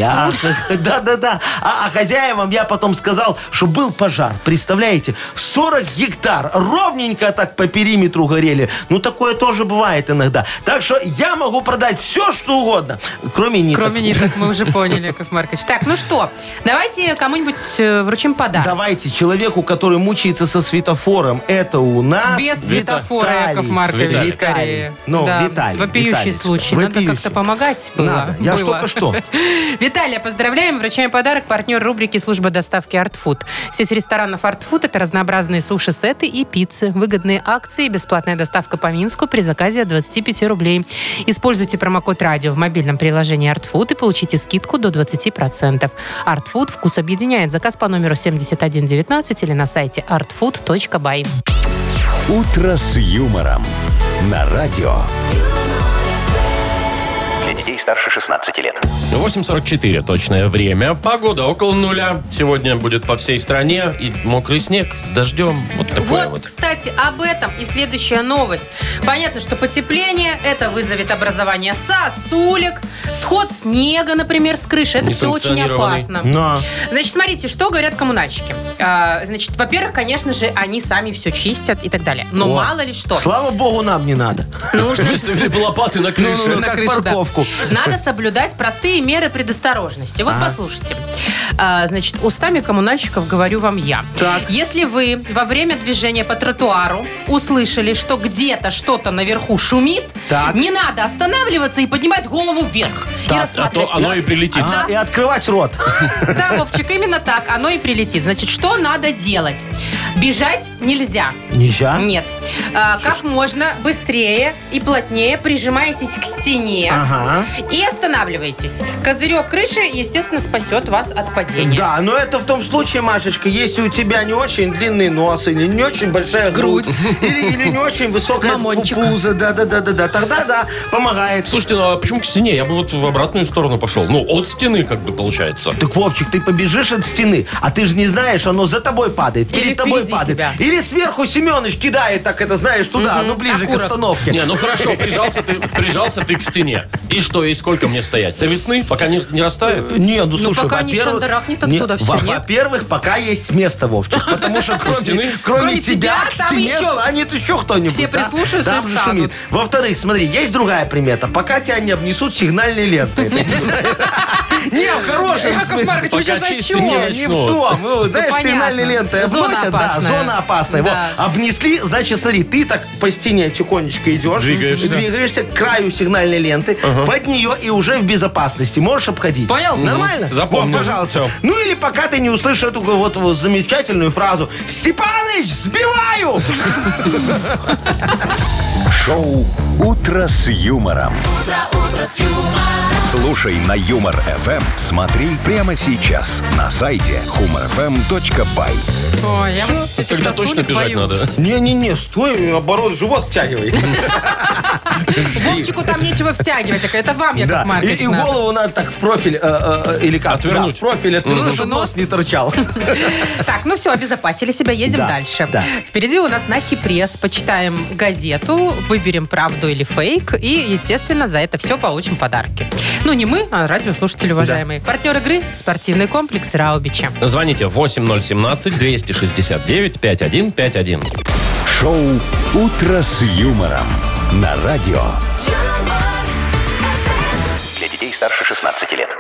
Speaker 4: Да. А хозяевам я потом сказал, что был пожар. Представляете? 40 гектар. Ровненько так по периметру горели. Ну, такое тоже бывает иногда. Так что я могу продать все, что угодно. Кроме ниток.
Speaker 3: Кроме ниток, мы уже поняли, Яков Маркович. Так, ну что, давайте кому-нибудь вручим подарок.
Speaker 4: Давайте человеку, который мучается со светофором. Это у нас...
Speaker 3: Без светофора,
Speaker 4: Виталий.
Speaker 3: Яков Маркович,
Speaker 2: Виталий.
Speaker 3: скорее.
Speaker 4: Ну,
Speaker 3: Да.
Speaker 4: Виталий.
Speaker 3: Вопиющий
Speaker 4: Виталий.
Speaker 3: случай. Надо
Speaker 4: Вопиющий.
Speaker 3: как-то помогать было.
Speaker 4: Надо. Я ж только что.
Speaker 3: Виталия, поздравляем. Вручаем подарок. Партнер рубрики «Служба доставки Art Food». Сеть ресторанов Art Food – это разнообразные суши-сеты и пиццы. Выгодные акции и бесплатная доставка по Минску при заказе от 25 рублей. Используйте промокод «Радио» в мобильном приложении Art Food и получите скидку до 20%. Art Food вкус объединяет. Заказ по номеру 7119 или на сайте artfood.by.
Speaker 1: «Утро с юмором» на радио.
Speaker 5: Для детей старше 16 лет.
Speaker 2: 8:44 точное время. Погода около нуля. Сегодня будет по всей стране. И мокрый снег с дождем. Вот такое вот.
Speaker 3: Кстати, об этом и следующая новость. Понятно, что потепление, это вызовет образование сосулек, сход снега, например, с крыши. Это все очень опасно.
Speaker 4: Но.
Speaker 3: Значит, смотрите, что говорят коммунальщики. Значит, во-первых, конечно же, они сами все чистят и так далее. Но мало ли что.
Speaker 4: Слава богу, нам не надо.
Speaker 3: Нужно
Speaker 2: Выставили бы лопаты на крыше.
Speaker 4: Ну,
Speaker 3: на
Speaker 4: как
Speaker 3: крыше, да.
Speaker 4: парковку.
Speaker 3: Надо соблюдать простые меры предосторожности. Вот послушайте. Значит, устами коммунальщиков говорю вам я.
Speaker 4: Так.
Speaker 3: Если вы во время движения по тротуару услышали, что где-то что-то наверху шумит,
Speaker 4: Так.
Speaker 3: не надо останавливаться и поднимать голову вверх. И
Speaker 2: А
Speaker 3: рассматривать.
Speaker 2: то оно и прилетит.
Speaker 4: И открывать рот.
Speaker 3: Да, Вовчик, именно так. Оно и прилетит. Значит, что надо делать? Бежать нельзя.
Speaker 4: Нельзя?
Speaker 3: Нет. Как можно быстрее и плотнее прижимаетесь к стене
Speaker 4: Ага.
Speaker 3: и останавливаетесь. Козырек крыши, естественно, спасет вас от падения.
Speaker 4: Да, но это в том случае, Машечка, если у тебя не очень длинный нос, или не очень большая грудь, или не очень высокая
Speaker 3: Мамончик.
Speaker 4: пузо, да, тогда да, помогает.
Speaker 2: Слушайте, ну а почему к стене? Я бы вот в обратную сторону пошел. Ну, от стены как бы получается.
Speaker 4: Так, Вовчик, ты побежишь от стены, а ты же не знаешь, оно за тобой падает,
Speaker 3: Или
Speaker 4: перед тобой
Speaker 3: впереди
Speaker 4: падает.
Speaker 3: тебя.
Speaker 4: Или сверху Семеныч кидает, так это знаешь, туда, ну ближе к
Speaker 3: окурок.
Speaker 4: остановке.
Speaker 2: Не, ну хорошо, прижался ты к стене. И что, и сколько мне стоять? До весны, пока не растает?
Speaker 4: Не, ну слушай,
Speaker 3: пока не
Speaker 4: во-первых...
Speaker 3: шандарахнет
Speaker 4: Не,
Speaker 3: оттуда всё, нет?
Speaker 4: Во-первых, пока есть место, Вовчик. Потому что
Speaker 2: стены?
Speaker 4: кроме тебя к
Speaker 3: там
Speaker 4: стене
Speaker 3: еще
Speaker 4: станет еще кто-нибудь.
Speaker 3: все
Speaker 4: да?
Speaker 3: прислушаются
Speaker 4: Там
Speaker 3: и
Speaker 4: же
Speaker 3: встанут.
Speaker 4: шумит. Во-вторых, смотри, есть другая примета. Пока тебя не обнесут сигнальной лентой. Не, в хорошем
Speaker 3: Яков
Speaker 4: смысле.
Speaker 3: Маркович, вы сейчас
Speaker 2: Пока
Speaker 3: о
Speaker 2: чистить
Speaker 3: чем?
Speaker 2: не
Speaker 4: Не в том. Ну, знаешь,
Speaker 3: понятно.
Speaker 4: сигнальной лентой
Speaker 3: Зона
Speaker 4: обносят. Да,
Speaker 3: опасная.
Speaker 4: зона опасная.
Speaker 3: Да.
Speaker 4: Вот, обнесли, значит, смотри, ты так по стене тихонечко идешь.
Speaker 2: Двигаешься.
Speaker 4: Двигаешься к краю сигнальной ленты, под нее и уже в безопасности. Можешь обходить.
Speaker 3: Понял?
Speaker 4: Нормально?
Speaker 2: Запомнил.
Speaker 4: Вот, пожалуйста.
Speaker 2: Всё.
Speaker 4: Ну или пока ты не услышишь эту вот замечательную фразу «Степаныч, сбиваю!»
Speaker 1: Шоу «Утро с юмором». Слушай на Юмор ФМ. Смотри прямо сейчас на сайте humorfm.by.
Speaker 3: Ой, я вот этих
Speaker 2: Тогда точно
Speaker 3: сосулек
Speaker 2: бежать
Speaker 3: боюсь.
Speaker 2: надо.
Speaker 4: Не-не-не, стой, наоборот, живот втягивай.
Speaker 3: Вовчику там нечего втягивать, это вам, Яков
Speaker 4: Да.
Speaker 3: Маркович,
Speaker 4: И
Speaker 3: надо.
Speaker 4: голову надо так в профиль, или как?
Speaker 2: Отвернуть.
Speaker 4: Да, в профиль отвернуть, чтобы нос не торчал.
Speaker 3: Так, ну все, обезопасили себя, едем
Speaker 4: Да,
Speaker 3: дальше.
Speaker 4: да.
Speaker 3: Впереди у нас Нахи Пресс. Почитаем газету, выберем правду или фейк. И, естественно, за это все получим подарки. Ну, не мы, а радиослушатели, уважаемые. Партнер игры – спортивный комплекс «Раубичи».
Speaker 2: Звоните 8017-269-5151.
Speaker 1: Шоу «Утро с юмором» на радио.
Speaker 5: Для детей старше 16 лет.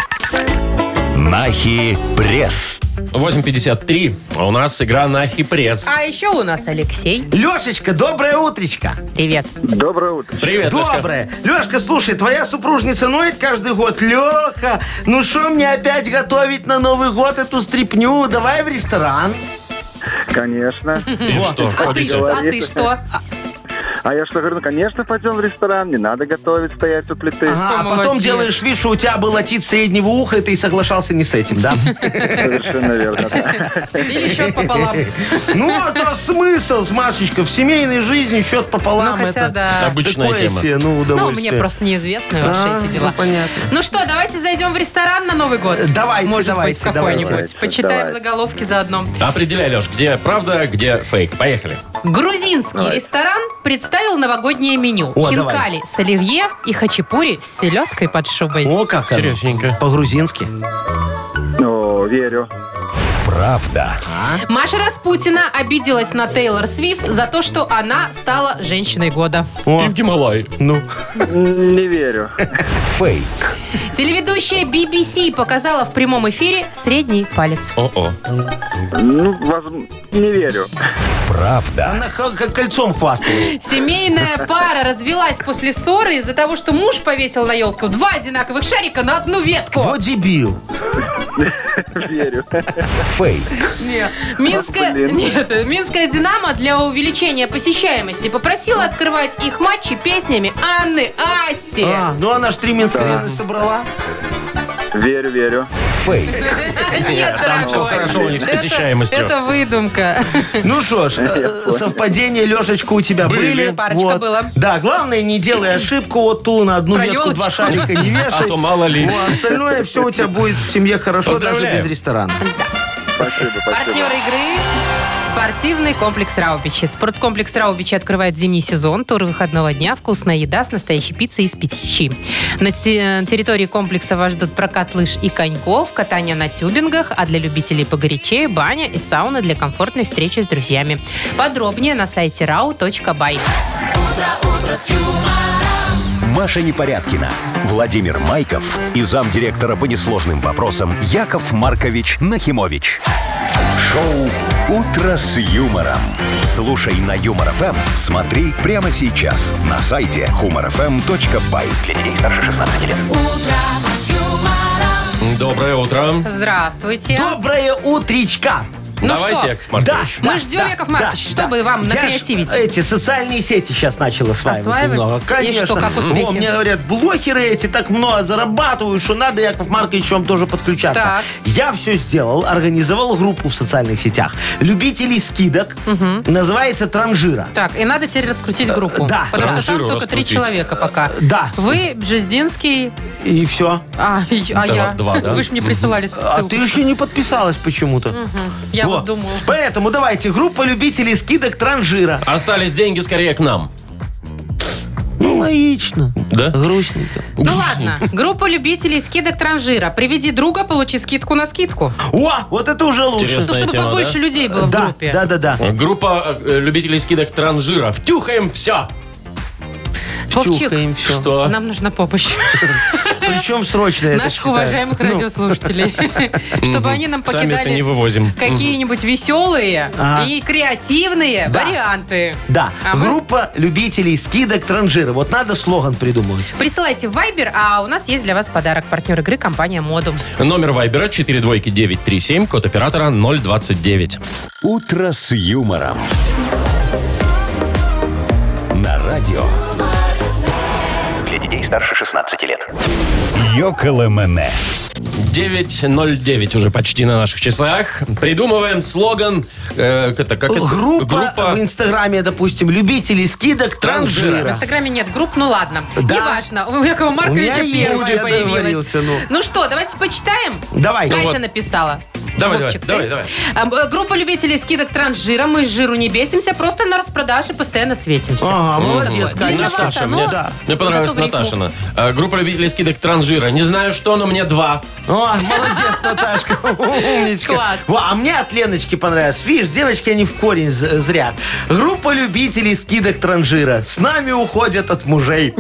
Speaker 1: Нахи пресс.
Speaker 2: 8:53. У нас игра Нахи пресс.
Speaker 3: А еще у нас Алексей.
Speaker 4: Лешечка, доброе утречко.
Speaker 3: Привет.
Speaker 7: Доброе утро.
Speaker 2: Привет, Лешка.
Speaker 4: Доброе. Лешка, слушай, твоя супружница ноет каждый год. Леха, ну что мне опять готовить на Новый год эту стряпню? Давай в ресторан.
Speaker 7: Конечно.
Speaker 2: И что?
Speaker 3: А ты что?
Speaker 7: А я что говорю, ну, конечно, пойдем в ресторан, не надо готовить, стоять у плиты.
Speaker 4: Ага, а потом
Speaker 3: Молодец.
Speaker 4: делаешь вид, что у тебя был отит среднего уха, и ты соглашался не с этим, да?
Speaker 7: Совершенно верно. Да.
Speaker 3: Или счет пополам.
Speaker 4: Ну, это смысл, Машечка, в семейной жизни счет
Speaker 3: Ну,
Speaker 4: пополам.
Speaker 3: хотя
Speaker 4: это
Speaker 3: да.
Speaker 2: Обычная
Speaker 4: такое
Speaker 2: тема.
Speaker 4: себе, ну,
Speaker 3: Ну,
Speaker 4: удовольствие.
Speaker 3: мне просто неизвестны ваши эти дела.
Speaker 4: ну, понятно.
Speaker 3: Ну что, давайте зайдем в ресторан на Новый год.
Speaker 4: Давайте,
Speaker 3: Может
Speaker 4: давайте,
Speaker 3: быть, в какой-нибудь.
Speaker 7: давайте.
Speaker 3: Почитаем
Speaker 7: Давайте.
Speaker 3: заголовки заодно.
Speaker 2: Определяй, Леш, где правда, где фейк. Поехали.
Speaker 3: Грузинский ресторан представил новогоднее меню.
Speaker 4: О,
Speaker 3: Хинкали с оливье и хачапури с селедкой под шубой.
Speaker 4: О, как оно.
Speaker 2: Интересненько.
Speaker 4: По-грузински.
Speaker 7: О, верю.
Speaker 1: Правда.
Speaker 3: Маша Распутина обиделась на Тейлор Свифт за то, что она стала женщиной года.
Speaker 2: И в Гималай.
Speaker 4: Ну,
Speaker 7: Не верю.
Speaker 1: Фейк.
Speaker 3: Телеведущая BBC показала в прямом эфире средний палец.
Speaker 2: О-о.
Speaker 7: Ну, не верю.
Speaker 1: Правда.
Speaker 4: она как кольцом хвасталась.
Speaker 3: Семейная пара развелась после ссоры из-за того, что муж повесил на елку 2 одинаковых шарика на одну ветку.
Speaker 4: Вот дебил.
Speaker 7: Верю.
Speaker 1: Фейк.
Speaker 3: Минская «Динамо» для увеличения посещаемости попросила открывать их матчи песнями Анны Асти.
Speaker 4: Ну она ж 3 Минск-арены собрала.
Speaker 7: Верю.
Speaker 1: Фейк.
Speaker 3: Нет,
Speaker 2: Там все
Speaker 3: дорогой.
Speaker 2: хорошо у них с посещаемостью.
Speaker 3: Это выдумка.
Speaker 4: Ну что ж, совпадения, Лешечка, у тебя были.
Speaker 3: Парочка была.
Speaker 4: Да, главное, не делай ошибку вот ту на одну
Speaker 3: Про
Speaker 4: ветку 2
Speaker 3: елочку.
Speaker 4: шарика не вешай.
Speaker 2: А то мало ли.
Speaker 4: Ну, а остальное все у тебя будет в семье хорошо, даже
Speaker 2: Поздравляем.
Speaker 4: без ресторана.
Speaker 7: Спасибо.
Speaker 3: Партнер игры – спортивный комплекс «Раубичи». Спорткомплекс «Раубичи» открывает зимний сезон. Тур выходного дня, вкусная еда с настоящей пиццей из печи. На территории комплекса вас ждут прокат лыж и коньков, катание на тюбингах, а для любителей погорячее – баня и сауна для комфортной встречи с друзьями. Подробнее на сайте rau.by.
Speaker 1: Маша Непорядкина, Владимир Майков и замдиректора по несложным вопросам Яков Маркович Нахимович. Шоу «Утро с юмором». Слушай на Юмор ФМ, смотри прямо сейчас на сайте humorfm.by.
Speaker 5: Для детей старше 16 лет.
Speaker 2: Доброе утро.
Speaker 3: Здравствуйте.
Speaker 4: Доброе утречка.
Speaker 3: Ну
Speaker 2: Давайте,
Speaker 3: что?
Speaker 2: Яков Маркович.
Speaker 3: Мы ждем, Яков Маркович, чтобы вам
Speaker 4: Я ж
Speaker 3: накреативить.
Speaker 4: эти социальные сети сейчас начал осваивать.
Speaker 3: Осваивать?
Speaker 4: Немного.
Speaker 3: И
Speaker 4: Конечно.
Speaker 3: что, как успехи?
Speaker 4: Во, мне говорят, блогеры эти так много зарабатывают, что надо, Яков Маркович, вам тоже подключаться.
Speaker 3: Так.
Speaker 4: Я все сделал, организовал группу в социальных сетях. Любителей скидок. Называется «Транжира».
Speaker 3: Так, и надо теперь раскрутить группу.
Speaker 4: да.
Speaker 3: Потому что там
Speaker 2: Транжиру
Speaker 3: только 3
Speaker 2: раскрутить.
Speaker 3: человека пока.
Speaker 4: Да.
Speaker 3: Вы, Бжездинский,
Speaker 4: И все.
Speaker 3: я.
Speaker 2: два, да?
Speaker 3: Вы же мне присылали
Speaker 4: А
Speaker 3: ссылку.
Speaker 4: ты еще не подписалась почему-то.
Speaker 3: Я
Speaker 4: Во.
Speaker 3: вот думаю.
Speaker 4: Поэтому давайте, группа любителей скидок «Транжира».
Speaker 2: Остались деньги скорее к нам.
Speaker 4: Ну, логично.
Speaker 2: Да?
Speaker 4: Грустненько.
Speaker 3: Ну ладно, группа любителей скидок «Транжира». Приведи друга, получи скидку на скидку.
Speaker 4: О, вот это уже лучше.
Speaker 2: Интересно.
Speaker 3: Ну, чтобы
Speaker 2: тема,
Speaker 3: побольше
Speaker 2: да?
Speaker 3: людей было в
Speaker 4: Да,
Speaker 3: группе.
Speaker 4: да.
Speaker 2: Группа любителей скидок Транжира. Втюхаем все.
Speaker 3: Вовчик,
Speaker 4: Чухаем все.
Speaker 2: Что?
Speaker 3: нам нужна помощь
Speaker 4: Причем срочно это
Speaker 3: наших
Speaker 4: считаю.
Speaker 3: уважаемых радиослушателей. Чтобы они нам
Speaker 2: Сами-то не
Speaker 3: покидали
Speaker 2: вывозим.
Speaker 3: какие-нибудь веселые
Speaker 4: Ага.
Speaker 3: и креативные
Speaker 4: Да.
Speaker 3: варианты.
Speaker 4: Да,
Speaker 3: А мы-
Speaker 4: группа любителей скидок «Транжира». Вот надо слоган придумывать.
Speaker 3: Присылайте в Viber, а у нас есть для вас подарок. Партнер игры — компания «Модум».
Speaker 2: Номер вайбера 42937, код оператора 029.
Speaker 1: «Утро с юмором». На радио
Speaker 5: Для детей старше 16 лет.
Speaker 1: «Йоколэмэне».
Speaker 2: 9:09 уже почти на наших часах. Придумываем слоган.
Speaker 4: Группа в Инстаграме, допустим, любителей скидок
Speaker 3: В
Speaker 4: «Транжира».
Speaker 3: Инстаграме нет групп, ну ладно.
Speaker 4: Да.
Speaker 3: Неважно. У Якова Марковича
Speaker 4: У меня есть,
Speaker 3: первая
Speaker 4: я
Speaker 3: появилась.
Speaker 4: договорился, ну.
Speaker 3: Ну что, давайте почитаем?
Speaker 4: Давай.
Speaker 3: Катя
Speaker 2: вот.
Speaker 3: написала.
Speaker 2: Давай,
Speaker 3: Вовчик,
Speaker 2: давай.
Speaker 3: Группа любителей скидок Транжира. Мы с жиру не бесимся, просто на распродаже постоянно светимся.
Speaker 4: Ага, молодец,
Speaker 3: Вот.
Speaker 4: конечно.
Speaker 2: Наташа,
Speaker 3: Ну,
Speaker 2: мне,
Speaker 4: да.
Speaker 2: мне понравилась
Speaker 3: зато в рифму.
Speaker 2: Наташина. Группа любителей скидок Транжира. Не знаю что, но мне 2.
Speaker 4: О, молодец, Наташка. Умничка.
Speaker 3: Класс.
Speaker 4: А мне от Леночки понравилось. Видишь, девочки, они в корень зрят. Группа любителей скидок Транжира. С нами уходят от мужей.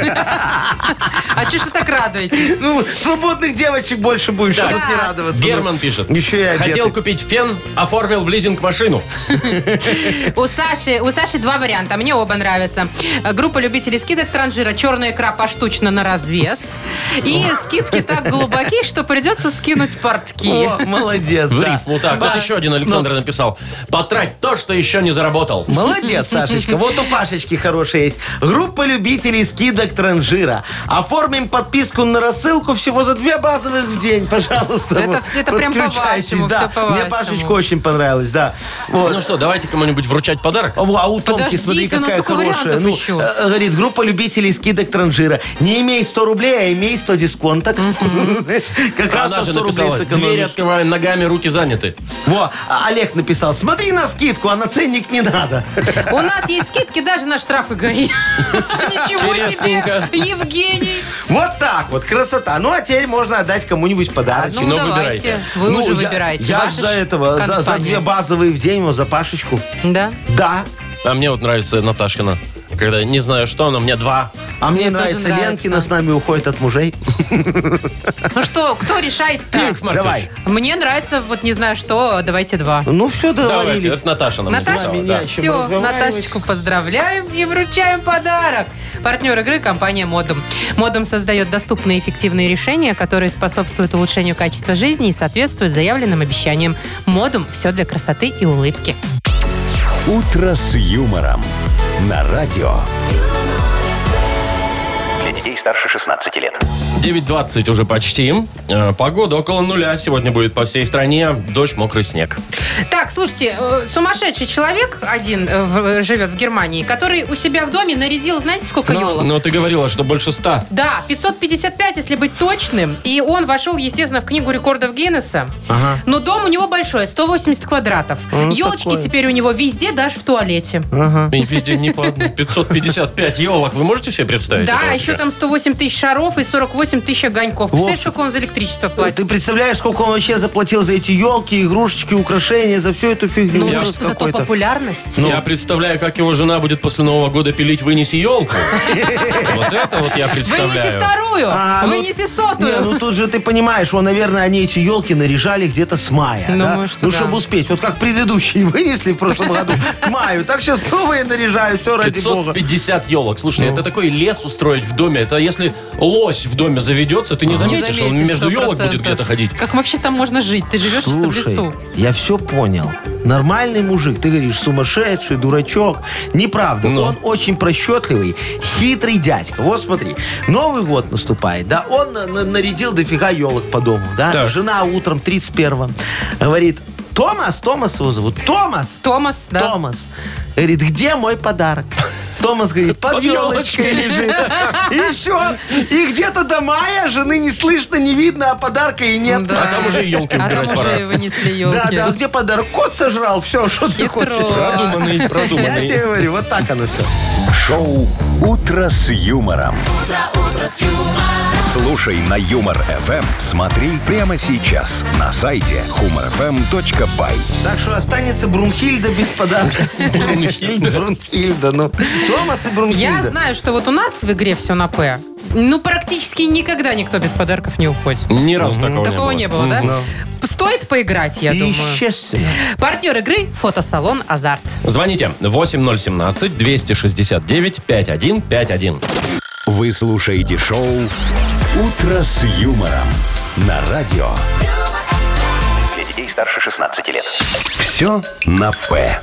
Speaker 3: А че ж вы так радуетесь?
Speaker 4: Ну, свободных девочек больше будет, что
Speaker 2: Так.
Speaker 4: тут не радоваться.
Speaker 2: Герман пишет.
Speaker 4: Еще и одетый.
Speaker 2: Хотел купить фен, оформил в лизинг машину.
Speaker 3: У Саши 2 варианта. Мне оба нравятся. Группа любителей скидок Транжира. Черная икра поштучно на развес. И скидки так глубокие, что придется скинуть портки.
Speaker 4: О, молодец,
Speaker 2: В
Speaker 4: да.
Speaker 2: рифму. Так,
Speaker 3: Да.
Speaker 2: вот еще один Александр написал. Потрать то, что еще не заработал.
Speaker 4: Молодец, Сашечка. Вот у Пашечки хорошая есть. Группа любителей скидок Транжира. Оформим подписку на рассылку всего за 2 базовых в день, пожалуйста.
Speaker 3: Это
Speaker 4: Вот,
Speaker 3: все- это прям
Speaker 4: подключайтесь,
Speaker 3: по-вашему,
Speaker 4: да.
Speaker 3: все по-вашему.
Speaker 4: Мне Пашечка очень понравилась, да. Вот.
Speaker 2: Ну что, давайте кому-нибудь вручать подарок.
Speaker 4: А у Томки,
Speaker 3: Подождите,
Speaker 4: смотри,
Speaker 3: у нас
Speaker 4: какая
Speaker 3: столько
Speaker 4: хорошая.
Speaker 3: вариантов еще.
Speaker 4: Говорит, группа любителей скидок Транжира. Не имей 100 рублей, а имей 100 дисконток. Как раз
Speaker 2: Она
Speaker 4: на
Speaker 2: же
Speaker 4: 100 рублей
Speaker 2: написала, двери
Speaker 4: сэкономишь.
Speaker 2: открываем ногами, руки заняты.
Speaker 4: Во, а Олег написал, смотри на скидку, а на ценник не надо.
Speaker 3: У нас есть скидки даже на штрафы ГАИ. Ничего себе,
Speaker 2: Интересненько.
Speaker 3: Евгений.
Speaker 4: Вот так вот, красота. Ну, а теперь можно отдать кому-нибудь подарочек.
Speaker 3: Ну,
Speaker 2: но
Speaker 3: давайте.
Speaker 2: выбирайте.
Speaker 3: Вы
Speaker 4: Ну,
Speaker 3: уже
Speaker 4: я-
Speaker 3: выбираете.
Speaker 4: Я
Speaker 3: Ваша
Speaker 4: ж за
Speaker 3: ж
Speaker 4: этого, за
Speaker 3: компания.
Speaker 4: 2 базовые в день, вот, за Пашечку.
Speaker 3: Да?
Speaker 4: Да.
Speaker 2: А мне вот нравится Наташкина. Когда не знаю что, но мне 2.
Speaker 4: А мне
Speaker 3: Мне тоже
Speaker 4: нравится
Speaker 3: нравится.
Speaker 4: Ленкина с нами уходит от мужей.
Speaker 3: Ну что, кто решает-то?
Speaker 2: Яков Маркович,
Speaker 4: Давай.
Speaker 3: Мне нравится, вот не знаю что, давайте 2.
Speaker 4: Ну, все,
Speaker 2: Давайте,
Speaker 4: договорились.
Speaker 2: это Наташа нам
Speaker 3: Наташа,
Speaker 2: написала,
Speaker 4: не
Speaker 2: да.
Speaker 4: о чем
Speaker 3: Все,
Speaker 4: разговаривать.
Speaker 3: Наташечку поздравляем и вручаем подарок. Партнер игры – компания «Модум». «Модум» создает доступные и эффективные решения, которые способствуют улучшению качества жизни и соответствуют заявленным обещаниям. «Модум» – все для красоты и улыбки.
Speaker 1: «Утро с юмором» на радио.
Speaker 5: Для детей старше 16 лет.
Speaker 2: 9:20 уже почти. Погода около нуля сегодня будет по всей стране. Дождь, мокрый снег.
Speaker 3: Так, слушайте, сумасшедший человек один живет в Германии, который у себя в доме нарядил, знаете, сколько елок?
Speaker 2: Но ты говорила, что больше 100.
Speaker 3: Да, 555, если быть точным. И он вошел, естественно, в книгу рекордов Гиннесса.
Speaker 4: Ага.
Speaker 3: Но дом у него большой, 180 квадратов. Елочки
Speaker 4: такое.
Speaker 3: теперь у него везде, даже в туалете.
Speaker 2: И везде не по одной. 555 елок. Вы можете себе представить?
Speaker 3: Да,
Speaker 2: это
Speaker 3: еще
Speaker 2: вообще?
Speaker 3: там 108 тысяч шаров и 48 тысяч огоньков. Представляешь,
Speaker 4: Вовчик,
Speaker 3: сколько он за электричество платит?
Speaker 4: Ты представляешь, сколько он вообще заплатил за эти елки, игрушечки, украшения, за всю эту фигню?
Speaker 3: Ну,
Speaker 4: Ужас
Speaker 3: зато
Speaker 4: какой-то.
Speaker 3: популярность.
Speaker 2: Я представляю, как его жена будет после Нового года пилить «Вынеси елку». Вот это вот я
Speaker 3: Вынеси
Speaker 2: представляю.
Speaker 3: вторую,
Speaker 4: Ну,
Speaker 3: вынеси
Speaker 4: не,
Speaker 3: сотую.
Speaker 4: ну тут же ты понимаешь, он, наверное, они эти елки наряжали где-то с мая.
Speaker 3: Ну,
Speaker 4: да?
Speaker 3: может,
Speaker 4: Ну,
Speaker 3: да.
Speaker 4: чтобы успеть. Вот как предыдущие вынесли в прошлом году к маю. Так сейчас новые наряжают, все ради бога.
Speaker 2: 550 елок. Слушай, это такой лес устроить в доме. Это если лось в доме заведется, ты не заметишь, он между елок
Speaker 3: 100%.
Speaker 2: будет где-то ходить.
Speaker 3: Как вообще там можно жить? Ты живешь в
Speaker 4: Слушай,
Speaker 3: лесу.
Speaker 4: я все понял. Нормальный мужик, ты говоришь, сумасшедший, дурачок. Неправда.
Speaker 2: Ну.
Speaker 4: Он очень просчетливый, хитрый дядька. Вот смотри, Новый год наступает, да, он нарядил дофига елок по дому, да.
Speaker 2: Так.
Speaker 4: Жена утром 31-го говорит, Томас его зовут, Томас.
Speaker 3: Томас, да.
Speaker 4: Томас. Говорит, где мой подарок? Томас говорит, под елочкой лежит. И все. И где-то до мая жены не слышно, не видно, а подарка и нет.
Speaker 3: Да.
Speaker 2: А там уже и елки
Speaker 3: А
Speaker 2: убирать
Speaker 3: там
Speaker 2: пора.
Speaker 3: уже и вынесли елки.
Speaker 4: Да, да, а где подарок? Кот сожрал, все, что ты
Speaker 3: Хитро.
Speaker 4: хочешь.
Speaker 2: Продуманный,
Speaker 4: Я тебе
Speaker 2: продуманный.
Speaker 4: говорю, вот так оно все.
Speaker 1: Шоу «Утро с юмором». Слушай на Юмор ФМ. Смотри прямо сейчас на сайте humorfm.by.
Speaker 4: Так что останется Брунхильда без подарка.
Speaker 2: Брунхильда?
Speaker 4: Брунхильда, ну. Томас и
Speaker 3: Я
Speaker 4: Брунхильда.
Speaker 3: знаю, что вот у нас в игре все на «П». Ну, практически никогда никто без подарков не уходит.
Speaker 2: Ни разу
Speaker 3: Такого не было, да?
Speaker 2: Мгм.
Speaker 3: Стоит поиграть, я думаю.
Speaker 4: Естественно.
Speaker 3: Партнер игры – фотосалон «Азарт».
Speaker 2: Звоните 8017-269-5151.
Speaker 1: Вы слушаете шоу «Утро с юмором» на радио.
Speaker 5: Для детей старше 16 лет.
Speaker 1: Все на «П».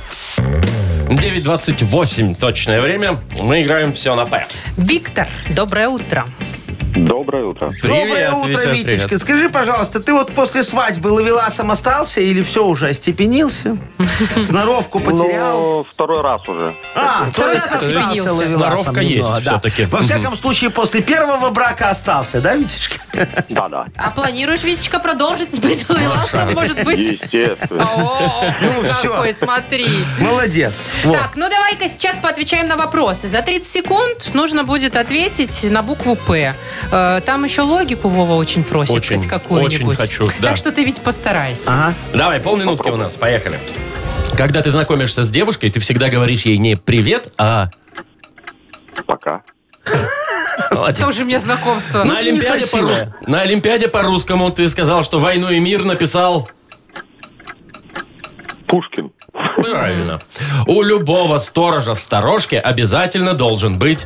Speaker 2: 9:28 точное время. Мы играем все на «П».
Speaker 3: Виктор, доброе утро.
Speaker 7: Доброе утро.
Speaker 4: Доброе утро,
Speaker 2: Витя,
Speaker 4: Витечка.
Speaker 2: привет.
Speaker 4: Скажи, пожалуйста, ты вот после свадьбы ловеласом остался или все уже остепенился? Сноровку потерял?
Speaker 7: Ну, второй раз уже.
Speaker 4: Второй раз
Speaker 3: остепенился.
Speaker 4: остался ловеласом
Speaker 2: Сноровка
Speaker 4: немного,
Speaker 2: есть
Speaker 4: да.
Speaker 2: все-таки.
Speaker 4: Во всяком случае, после первого брака остался, да, Витечка?
Speaker 7: Да.
Speaker 3: А планируешь, Витечка, продолжить быть ловеласом, может быть?
Speaker 7: Естественно.
Speaker 3: О, ты
Speaker 4: всё.
Speaker 3: какой, смотри.
Speaker 4: Молодец. Вот.
Speaker 3: Так, ну давай-ка сейчас поотвечаем на вопросы. За 30 секунд нужно будет ответить на букву «П». Там еще логику Вова очень просит
Speaker 2: Очень,
Speaker 3: хоть какую-нибудь.
Speaker 2: очень хочу, да.
Speaker 3: Так что ты ведь постарайся.
Speaker 4: Ага.
Speaker 2: Давай, полминутки у нас, поехали. Когда ты знакомишься с девушкой, ты всегда говоришь ей не «привет», а
Speaker 7: Пока.
Speaker 2: «молодец».
Speaker 3: Тоже мне знакомство.
Speaker 2: На Олимпиаде,
Speaker 4: некрасивое.
Speaker 2: на Олимпиаде по-русскому ты сказал, что «Войну и мир» написал...
Speaker 7: Пушкин.
Speaker 2: Правильно. У любого сторожа в сторожке обязательно должен быть...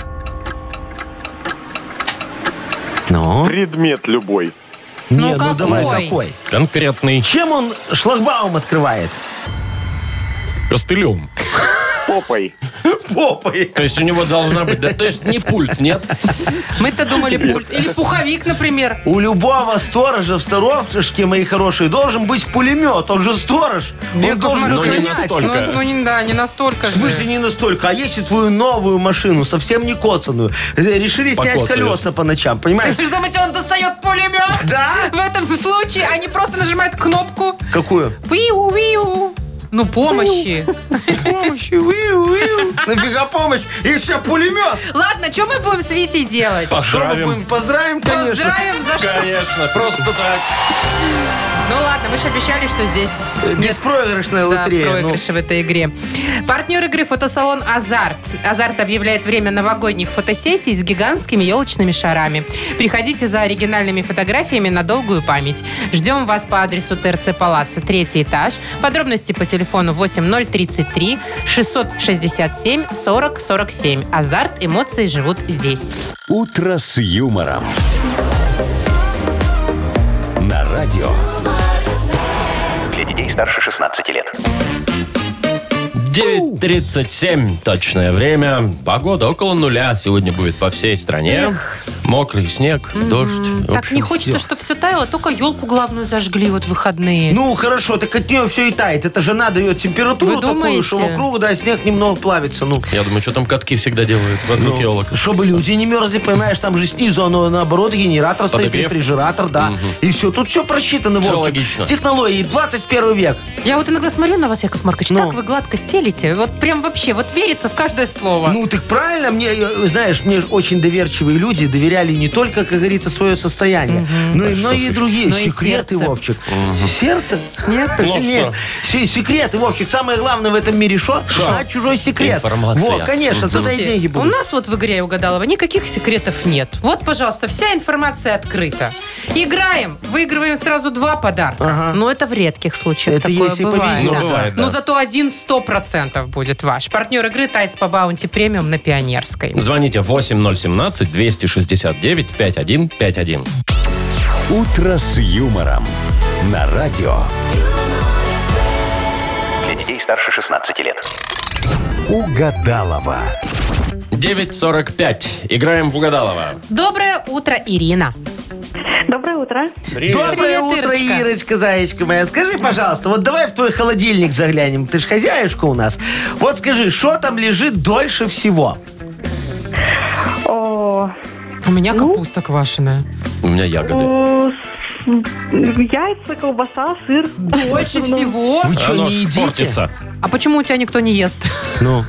Speaker 4: Ну?
Speaker 7: Предмет любой.
Speaker 3: Ну,
Speaker 4: Не,
Speaker 3: какой?
Speaker 4: давай какой?
Speaker 2: Конкретный
Speaker 4: Чем он шлагбаум открывает?
Speaker 2: костылем.
Speaker 7: Попой.
Speaker 4: Попой.
Speaker 2: То есть у него должна быть... Да, то есть не пульт, нет?
Speaker 3: Мы-то думали пульт. Или пуховик, например.
Speaker 4: У любого сторожа в сторожке, мои хорошие, должен быть пулемет. Он же сторож. Он
Speaker 3: Яков
Speaker 4: должен
Speaker 2: Ну, не
Speaker 4: охранять.
Speaker 2: настолько.
Speaker 3: Ну, не настолько
Speaker 4: В
Speaker 3: же.
Speaker 4: смысле не настолько? А если твою новую машину, совсем не коцаную, решили снять
Speaker 2: Покоцают.
Speaker 4: колеса по ночам, понимаешь?
Speaker 3: Вы думаете, он достает пулемет?
Speaker 4: Да?
Speaker 3: В этом случае они просто нажимают кнопку
Speaker 4: Какую?
Speaker 3: «Виу-виу». Ну, помощи.
Speaker 4: Помощь. Нафига помощь? И все, пулемет.
Speaker 3: Ладно, что мы будем с Витей делать?
Speaker 4: Что мы
Speaker 2: Поздравим.
Speaker 4: будем? Поздравим, конечно.
Speaker 3: Поздравим за что?
Speaker 2: Конечно, просто так.
Speaker 3: Ну ладно, мы же обещали, что здесь
Speaker 4: Беспроигрышная
Speaker 3: да,
Speaker 4: лотерея. ну.
Speaker 3: проигрыши в этой игре. Партнер игры фотосалон «Азарт». «Азарт» объявляет время новогодних фотосессий с гигантскими елочными шарами. Приходите за оригинальными фотографиями на долгую память. Ждем вас по адресу ТРЦ Палаццо, 3-й этаж. Подробности по телефону 8033 667 40 47. «Азарт». Эмоции живут здесь.
Speaker 1: «Утро с юмором». На радио.
Speaker 5: Для детей старше 16 лет.
Speaker 2: 9:37 точное время. Погода около нуля сегодня будет по всей стране. Мокрый снег, дождь. В
Speaker 3: Так
Speaker 2: общем,
Speaker 3: не хочется,
Speaker 2: всё.
Speaker 3: чтобы все таяло, только елку главную зажгли вот в выходные.
Speaker 4: Ну, хорошо, так от нее все и тает. Это жена дает температуру
Speaker 3: Вы
Speaker 4: такую,
Speaker 3: думаете?
Speaker 4: что вокруг, да, снег немного плавится. Ну,
Speaker 2: Я думаю, что там катки всегда делают вокруг елок.
Speaker 4: чтобы люди не мерзли, понимаешь, там же снизу оно, наоборот, генератор стоит,
Speaker 2: Подогрев.
Speaker 4: рефрижератор, да. И все, тут все просчитано,
Speaker 2: Всё
Speaker 4: Вовчик.
Speaker 2: логично.
Speaker 4: Технологии, 21 век.
Speaker 3: Я вот иногда смотрю на вас, Яков Маркович,
Speaker 4: Ну.
Speaker 3: так вы гладко стелите. Вот прям вообще, вот верится в каждое слово.
Speaker 4: Ну, так правильно, мне, знаешь, мне ж очень доверчивые люди доверяли не только, как говорится, свое состояние, но и многие другие
Speaker 3: Но и
Speaker 4: секреты,
Speaker 3: сердце.
Speaker 4: Вовчик. Сердце?
Speaker 3: Нет?
Speaker 2: Ну,
Speaker 4: Нет. Секреты, Вовчик. Самое главное в этом мире что? Знать чужой секрет.
Speaker 2: Информация.
Speaker 4: Вот, конечно, туда и
Speaker 3: Слушайте,
Speaker 4: деньги
Speaker 3: у
Speaker 4: будут.
Speaker 3: нас вот в игре Угадалова никаких секретов нет. Вот, пожалуйста, вся информация открыта. Играем, выигрываем сразу 2 подарка.
Speaker 4: Ага.
Speaker 3: Но это в редких случаях
Speaker 4: Это
Speaker 3: такое
Speaker 4: если
Speaker 3: бывает.
Speaker 4: победил.
Speaker 3: да.
Speaker 2: Ну, бывает, да.
Speaker 3: Но зато 100% будет ваш. Партнер игры Тайс по Баунти Премиум на Пионерской.
Speaker 2: Звоните 8017-269-5151.
Speaker 1: «Утро с юмором». На радио.
Speaker 5: Для детей старше 16 лет.
Speaker 1: Угадалова.
Speaker 2: 9:45. Играем в Угадалова.
Speaker 3: Доброе утро, Ирина.
Speaker 6: Доброе утро.
Speaker 2: Привет.
Speaker 4: Доброе
Speaker 3: Привет,
Speaker 4: утро,
Speaker 3: Ирочка.
Speaker 4: Ирочка, зайчка моя. Скажи, пожалуйста, вот давай в твой холодильник заглянем. Ты ж хозяюшка у нас. Вот скажи, что там лежит дольше всего?
Speaker 6: О,
Speaker 3: У меня капуста квашеная.
Speaker 2: У меня ягоды.
Speaker 6: яйца, колбаса, сыр.
Speaker 3: Дольше всего?
Speaker 4: Вы что,
Speaker 2: Оно
Speaker 4: не
Speaker 2: ж
Speaker 4: едите?
Speaker 2: портится.
Speaker 3: А почему у тебя никто не ест?
Speaker 4: Ну.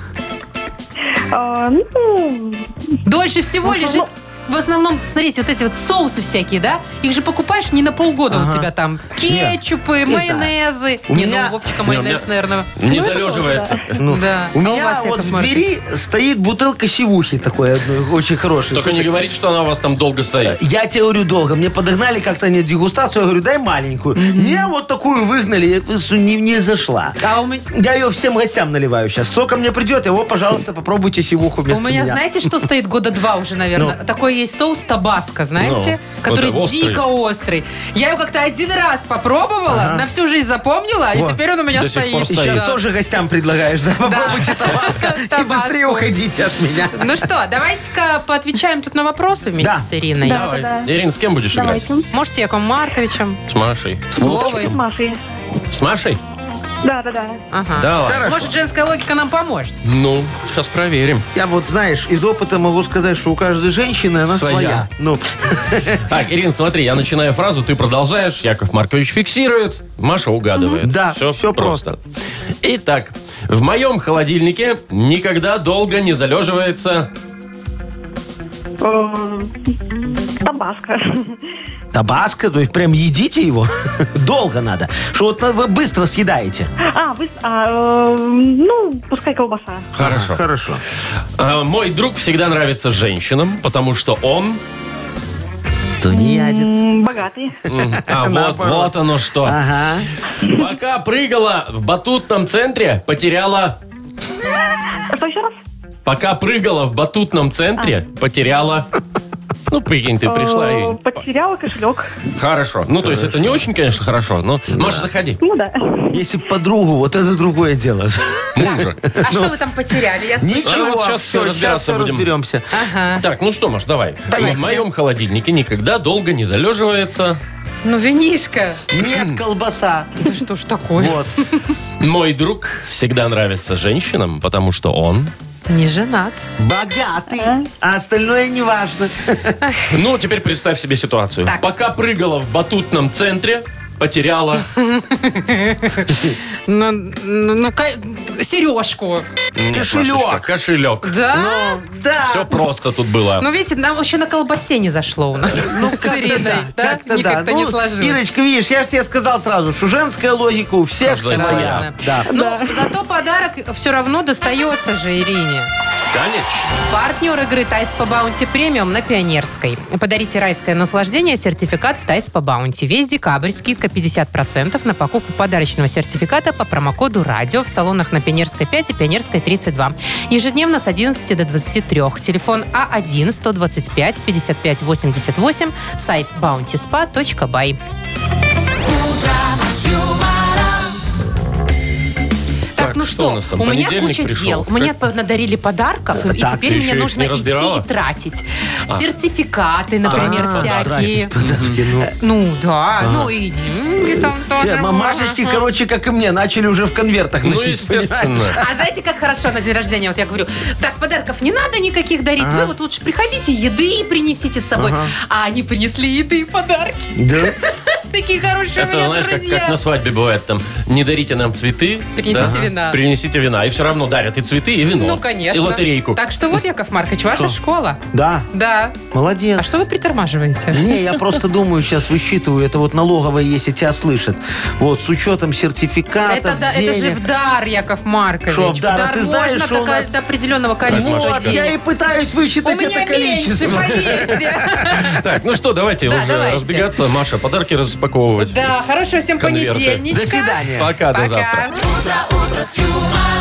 Speaker 6: Ну,
Speaker 3: Дольше всего лежит... В основном, смотрите, вот эти вот соусы всякие, да? Их же покупаешь не на полгода у тебя там. Кетчупы,
Speaker 4: не знаю.
Speaker 3: майонезы.
Speaker 4: У
Speaker 3: Не,
Speaker 4: меня-
Speaker 3: ну, у Вовчика
Speaker 2: Не, у
Speaker 3: майонез,
Speaker 2: меня-
Speaker 3: наверное.
Speaker 2: Не
Speaker 6: это
Speaker 2: залеживается.
Speaker 4: Ну,
Speaker 3: Да.
Speaker 4: У
Speaker 3: А у
Speaker 4: меня
Speaker 3: вас,
Speaker 4: вот
Speaker 3: Яков
Speaker 4: в
Speaker 3: Маркович?
Speaker 4: двери стоит бутылка сивухи такой одной, очень хорошей.
Speaker 2: Только не
Speaker 4: Слушай,
Speaker 2: говорите, что она у вас там долго стоит.
Speaker 4: я тебе говорю долго. Мне подогнали как-то не дегустацию. Я говорю, дай маленькую. Не, вот такую выгнали. Я говорю, не зашла.
Speaker 3: А у меня...
Speaker 4: Я ее всем гостям наливаю сейчас. Кто ко мне придет, его, пожалуйста, попробуйте сивуху
Speaker 3: У
Speaker 4: вместо
Speaker 3: меня,
Speaker 4: меня.
Speaker 3: знаете, что стоит года 2 уже, наверное?
Speaker 4: Ну.
Speaker 3: Такой есть соус табаско, знаете?
Speaker 2: Ну,
Speaker 3: который
Speaker 2: вот острый.
Speaker 3: дико острый. Я его как-то один раз попробовала, на всю жизнь запомнила, и
Speaker 4: Вот.
Speaker 3: теперь он у меня
Speaker 2: До сих пор
Speaker 3: стоит.
Speaker 4: И сейчас
Speaker 3: Да.
Speaker 4: тоже гостям предлагаешь, да? Попробуйте табаско и
Speaker 3: Табаско.
Speaker 4: быстрее уходите от меня.
Speaker 3: Ну что, давайте-ка поотвечаем тут на вопросы вместе
Speaker 4: Да.
Speaker 3: с Ириной.
Speaker 6: Да.
Speaker 2: Давай. Ирин, с кем будешь играть?
Speaker 6: Давайте.
Speaker 3: Может, Яковом Марковичем?
Speaker 2: С Машей.
Speaker 3: С Вовой?
Speaker 6: С Машей.
Speaker 2: С Машей?
Speaker 6: Да.
Speaker 3: Ага.
Speaker 2: Давай.
Speaker 4: Хорошо.
Speaker 3: Может, женская логика нам поможет?
Speaker 2: Ну, сейчас проверим.
Speaker 4: Я вот, знаешь, из опыта могу сказать, что у каждой женщины она
Speaker 2: Своя.
Speaker 4: своя. Ну,
Speaker 2: Так, Ирин, смотри, я начинаю фразу, ты продолжаешь, Яков Маркович фиксирует, Маша угадывает.
Speaker 4: Да,
Speaker 2: все
Speaker 4: всё
Speaker 2: просто. Итак, в моем холодильнике никогда долго не залеживается...
Speaker 6: Табаско.
Speaker 4: табаско, то есть прям едите его. Долго надо. Что вот вы быстро съедаете.
Speaker 6: Ну, пускай колбаса.
Speaker 2: Хорошо.
Speaker 4: Хорошо.
Speaker 2: Мой друг всегда нравится женщинам, потому что он...
Speaker 4: Тунеядец.
Speaker 6: Богатый.
Speaker 2: Вот оно что.
Speaker 4: Ага.
Speaker 2: Пока прыгала в батутном центре, потеряла...
Speaker 6: Что еще раз?
Speaker 2: Пока прыгала в батутном центре, потеряла... Ну, прикинь, ты пришла и...
Speaker 6: Потеряла кошелек.
Speaker 2: Хорошо. Ну, то есть это не очень, конечно, хорошо, но... Маша, заходи.
Speaker 6: Ну да.
Speaker 4: Если б подругу, вот это другое дело.
Speaker 2: Мужа.
Speaker 3: А что вы там потеряли? Я слышу.
Speaker 4: Ничего,
Speaker 2: вот щас
Speaker 4: все,
Speaker 2: разбираться
Speaker 4: сейчас
Speaker 2: будем.
Speaker 4: разберемся.
Speaker 3: Ага.
Speaker 2: Так, ну что, Маш, давай.
Speaker 3: Давайте.
Speaker 2: В моем холодильнике никогда долго не залеживается...
Speaker 3: Ну, винишка.
Speaker 4: Нет, колбаса.
Speaker 3: Да что ж такое?
Speaker 4: Вот.
Speaker 2: Мой друг всегда нравится женщинам, потому что он...
Speaker 3: Не женат.
Speaker 4: Богатый. А остальное не важно.
Speaker 2: Ну, теперь представь себе ситуацию.
Speaker 3: Так.
Speaker 2: Пока прыгала в батутном центре, потеряла...
Speaker 3: Сережку.
Speaker 2: Нет,
Speaker 4: Кошелек.
Speaker 2: Машечка, кошелек.
Speaker 3: Да?
Speaker 4: Да.
Speaker 2: Все просто тут было.
Speaker 3: Ну, видите, нам еще на колбасе не зашло у нас.
Speaker 4: Ну,
Speaker 3: С Ириной,
Speaker 4: как-то да.
Speaker 3: Как-то не сложилось.
Speaker 4: Ирочка, видишь, я же тебе сказал сразу, что женская логика у всех
Speaker 2: Каждая
Speaker 4: своя. Да.
Speaker 3: Ну, зато подарок все равно достается же Ирине.
Speaker 2: Конечно.
Speaker 3: Партнер игры Тайс по Баунти Премиум на Пионерской. Подарите райское наслаждение, сертификат в Тайс по Баунти. Весь декабрь скидка 50% на покупку подарочного сертификата по промокоду «Радио» в салонах на Пионерской 5 и Пионерской 32. Ежедневно с 11 до 23. Телефон А1-125-55-88, сайт bountyspa.by. Так, ну
Speaker 2: что у
Speaker 3: что,
Speaker 2: нас там,
Speaker 3: у меня
Speaker 2: понедельник
Speaker 3: куча
Speaker 2: пришел?
Speaker 3: дел. Мне надарили подарков, и
Speaker 4: Так,
Speaker 3: теперь
Speaker 2: ты
Speaker 3: мне
Speaker 2: еще их
Speaker 3: нужно
Speaker 2: не
Speaker 3: идти
Speaker 2: разбирала?
Speaker 3: и тратить. Сертификаты, например, всякие.
Speaker 4: Подарки, ну.
Speaker 3: Ну да, ну и деньги там тоже.
Speaker 4: Те, мамашечки,
Speaker 3: можно.
Speaker 4: короче, как и мне, начали уже в конвертах
Speaker 2: Ну,
Speaker 4: носить.
Speaker 2: естественно.
Speaker 3: А знаете, как хорошо на день рождения? Вот я говорю, так, подарков не надо никаких дарить. Вы вот лучше приходите, еды принесите с собой. А они принесли еды и подарки.
Speaker 4: Да?
Speaker 3: Такие хорошие у
Speaker 2: Это,
Speaker 3: меня
Speaker 2: знаешь, как
Speaker 3: друзья.
Speaker 2: на свадьбе бывает там, не дарите нам цветы.
Speaker 3: Принесите вина.
Speaker 2: Принесите вина. И все равно дарят и цветы, и вино.
Speaker 3: Ну, конечно.
Speaker 2: И лотерейку.
Speaker 3: Так что вот, Яков Маркович, ваша школа.
Speaker 4: Да.
Speaker 3: Да.
Speaker 4: Молодец.
Speaker 3: А что вы притормаживаете?
Speaker 4: Не, я просто думаю, сейчас высчитываю, это вот налоговая, если тебя слышат. Вот, с учетом сертификатов,
Speaker 3: Это же
Speaker 4: денег.
Speaker 3: в дар, Яков Маркович.
Speaker 4: Шо, в дар? А ты знаешь,
Speaker 3: можно
Speaker 4: что у нас-
Speaker 3: до определенного количества
Speaker 4: Вот,
Speaker 3: денег.
Speaker 4: я и пытаюсь
Speaker 3: У
Speaker 4: высчитать
Speaker 3: меня
Speaker 4: это количество.
Speaker 3: меньше, поверьте.
Speaker 2: Так, ну что, давайте
Speaker 3: Да,
Speaker 2: уже
Speaker 3: давайте.
Speaker 2: разбегаться. Маша, подарки распаковывать.
Speaker 3: Да, хорошего всем
Speaker 2: Конверты.
Speaker 3: понедельничка.
Speaker 4: До свидания.
Speaker 2: Пока, до завтра.
Speaker 3: Пока.
Speaker 9: Утро с юмором.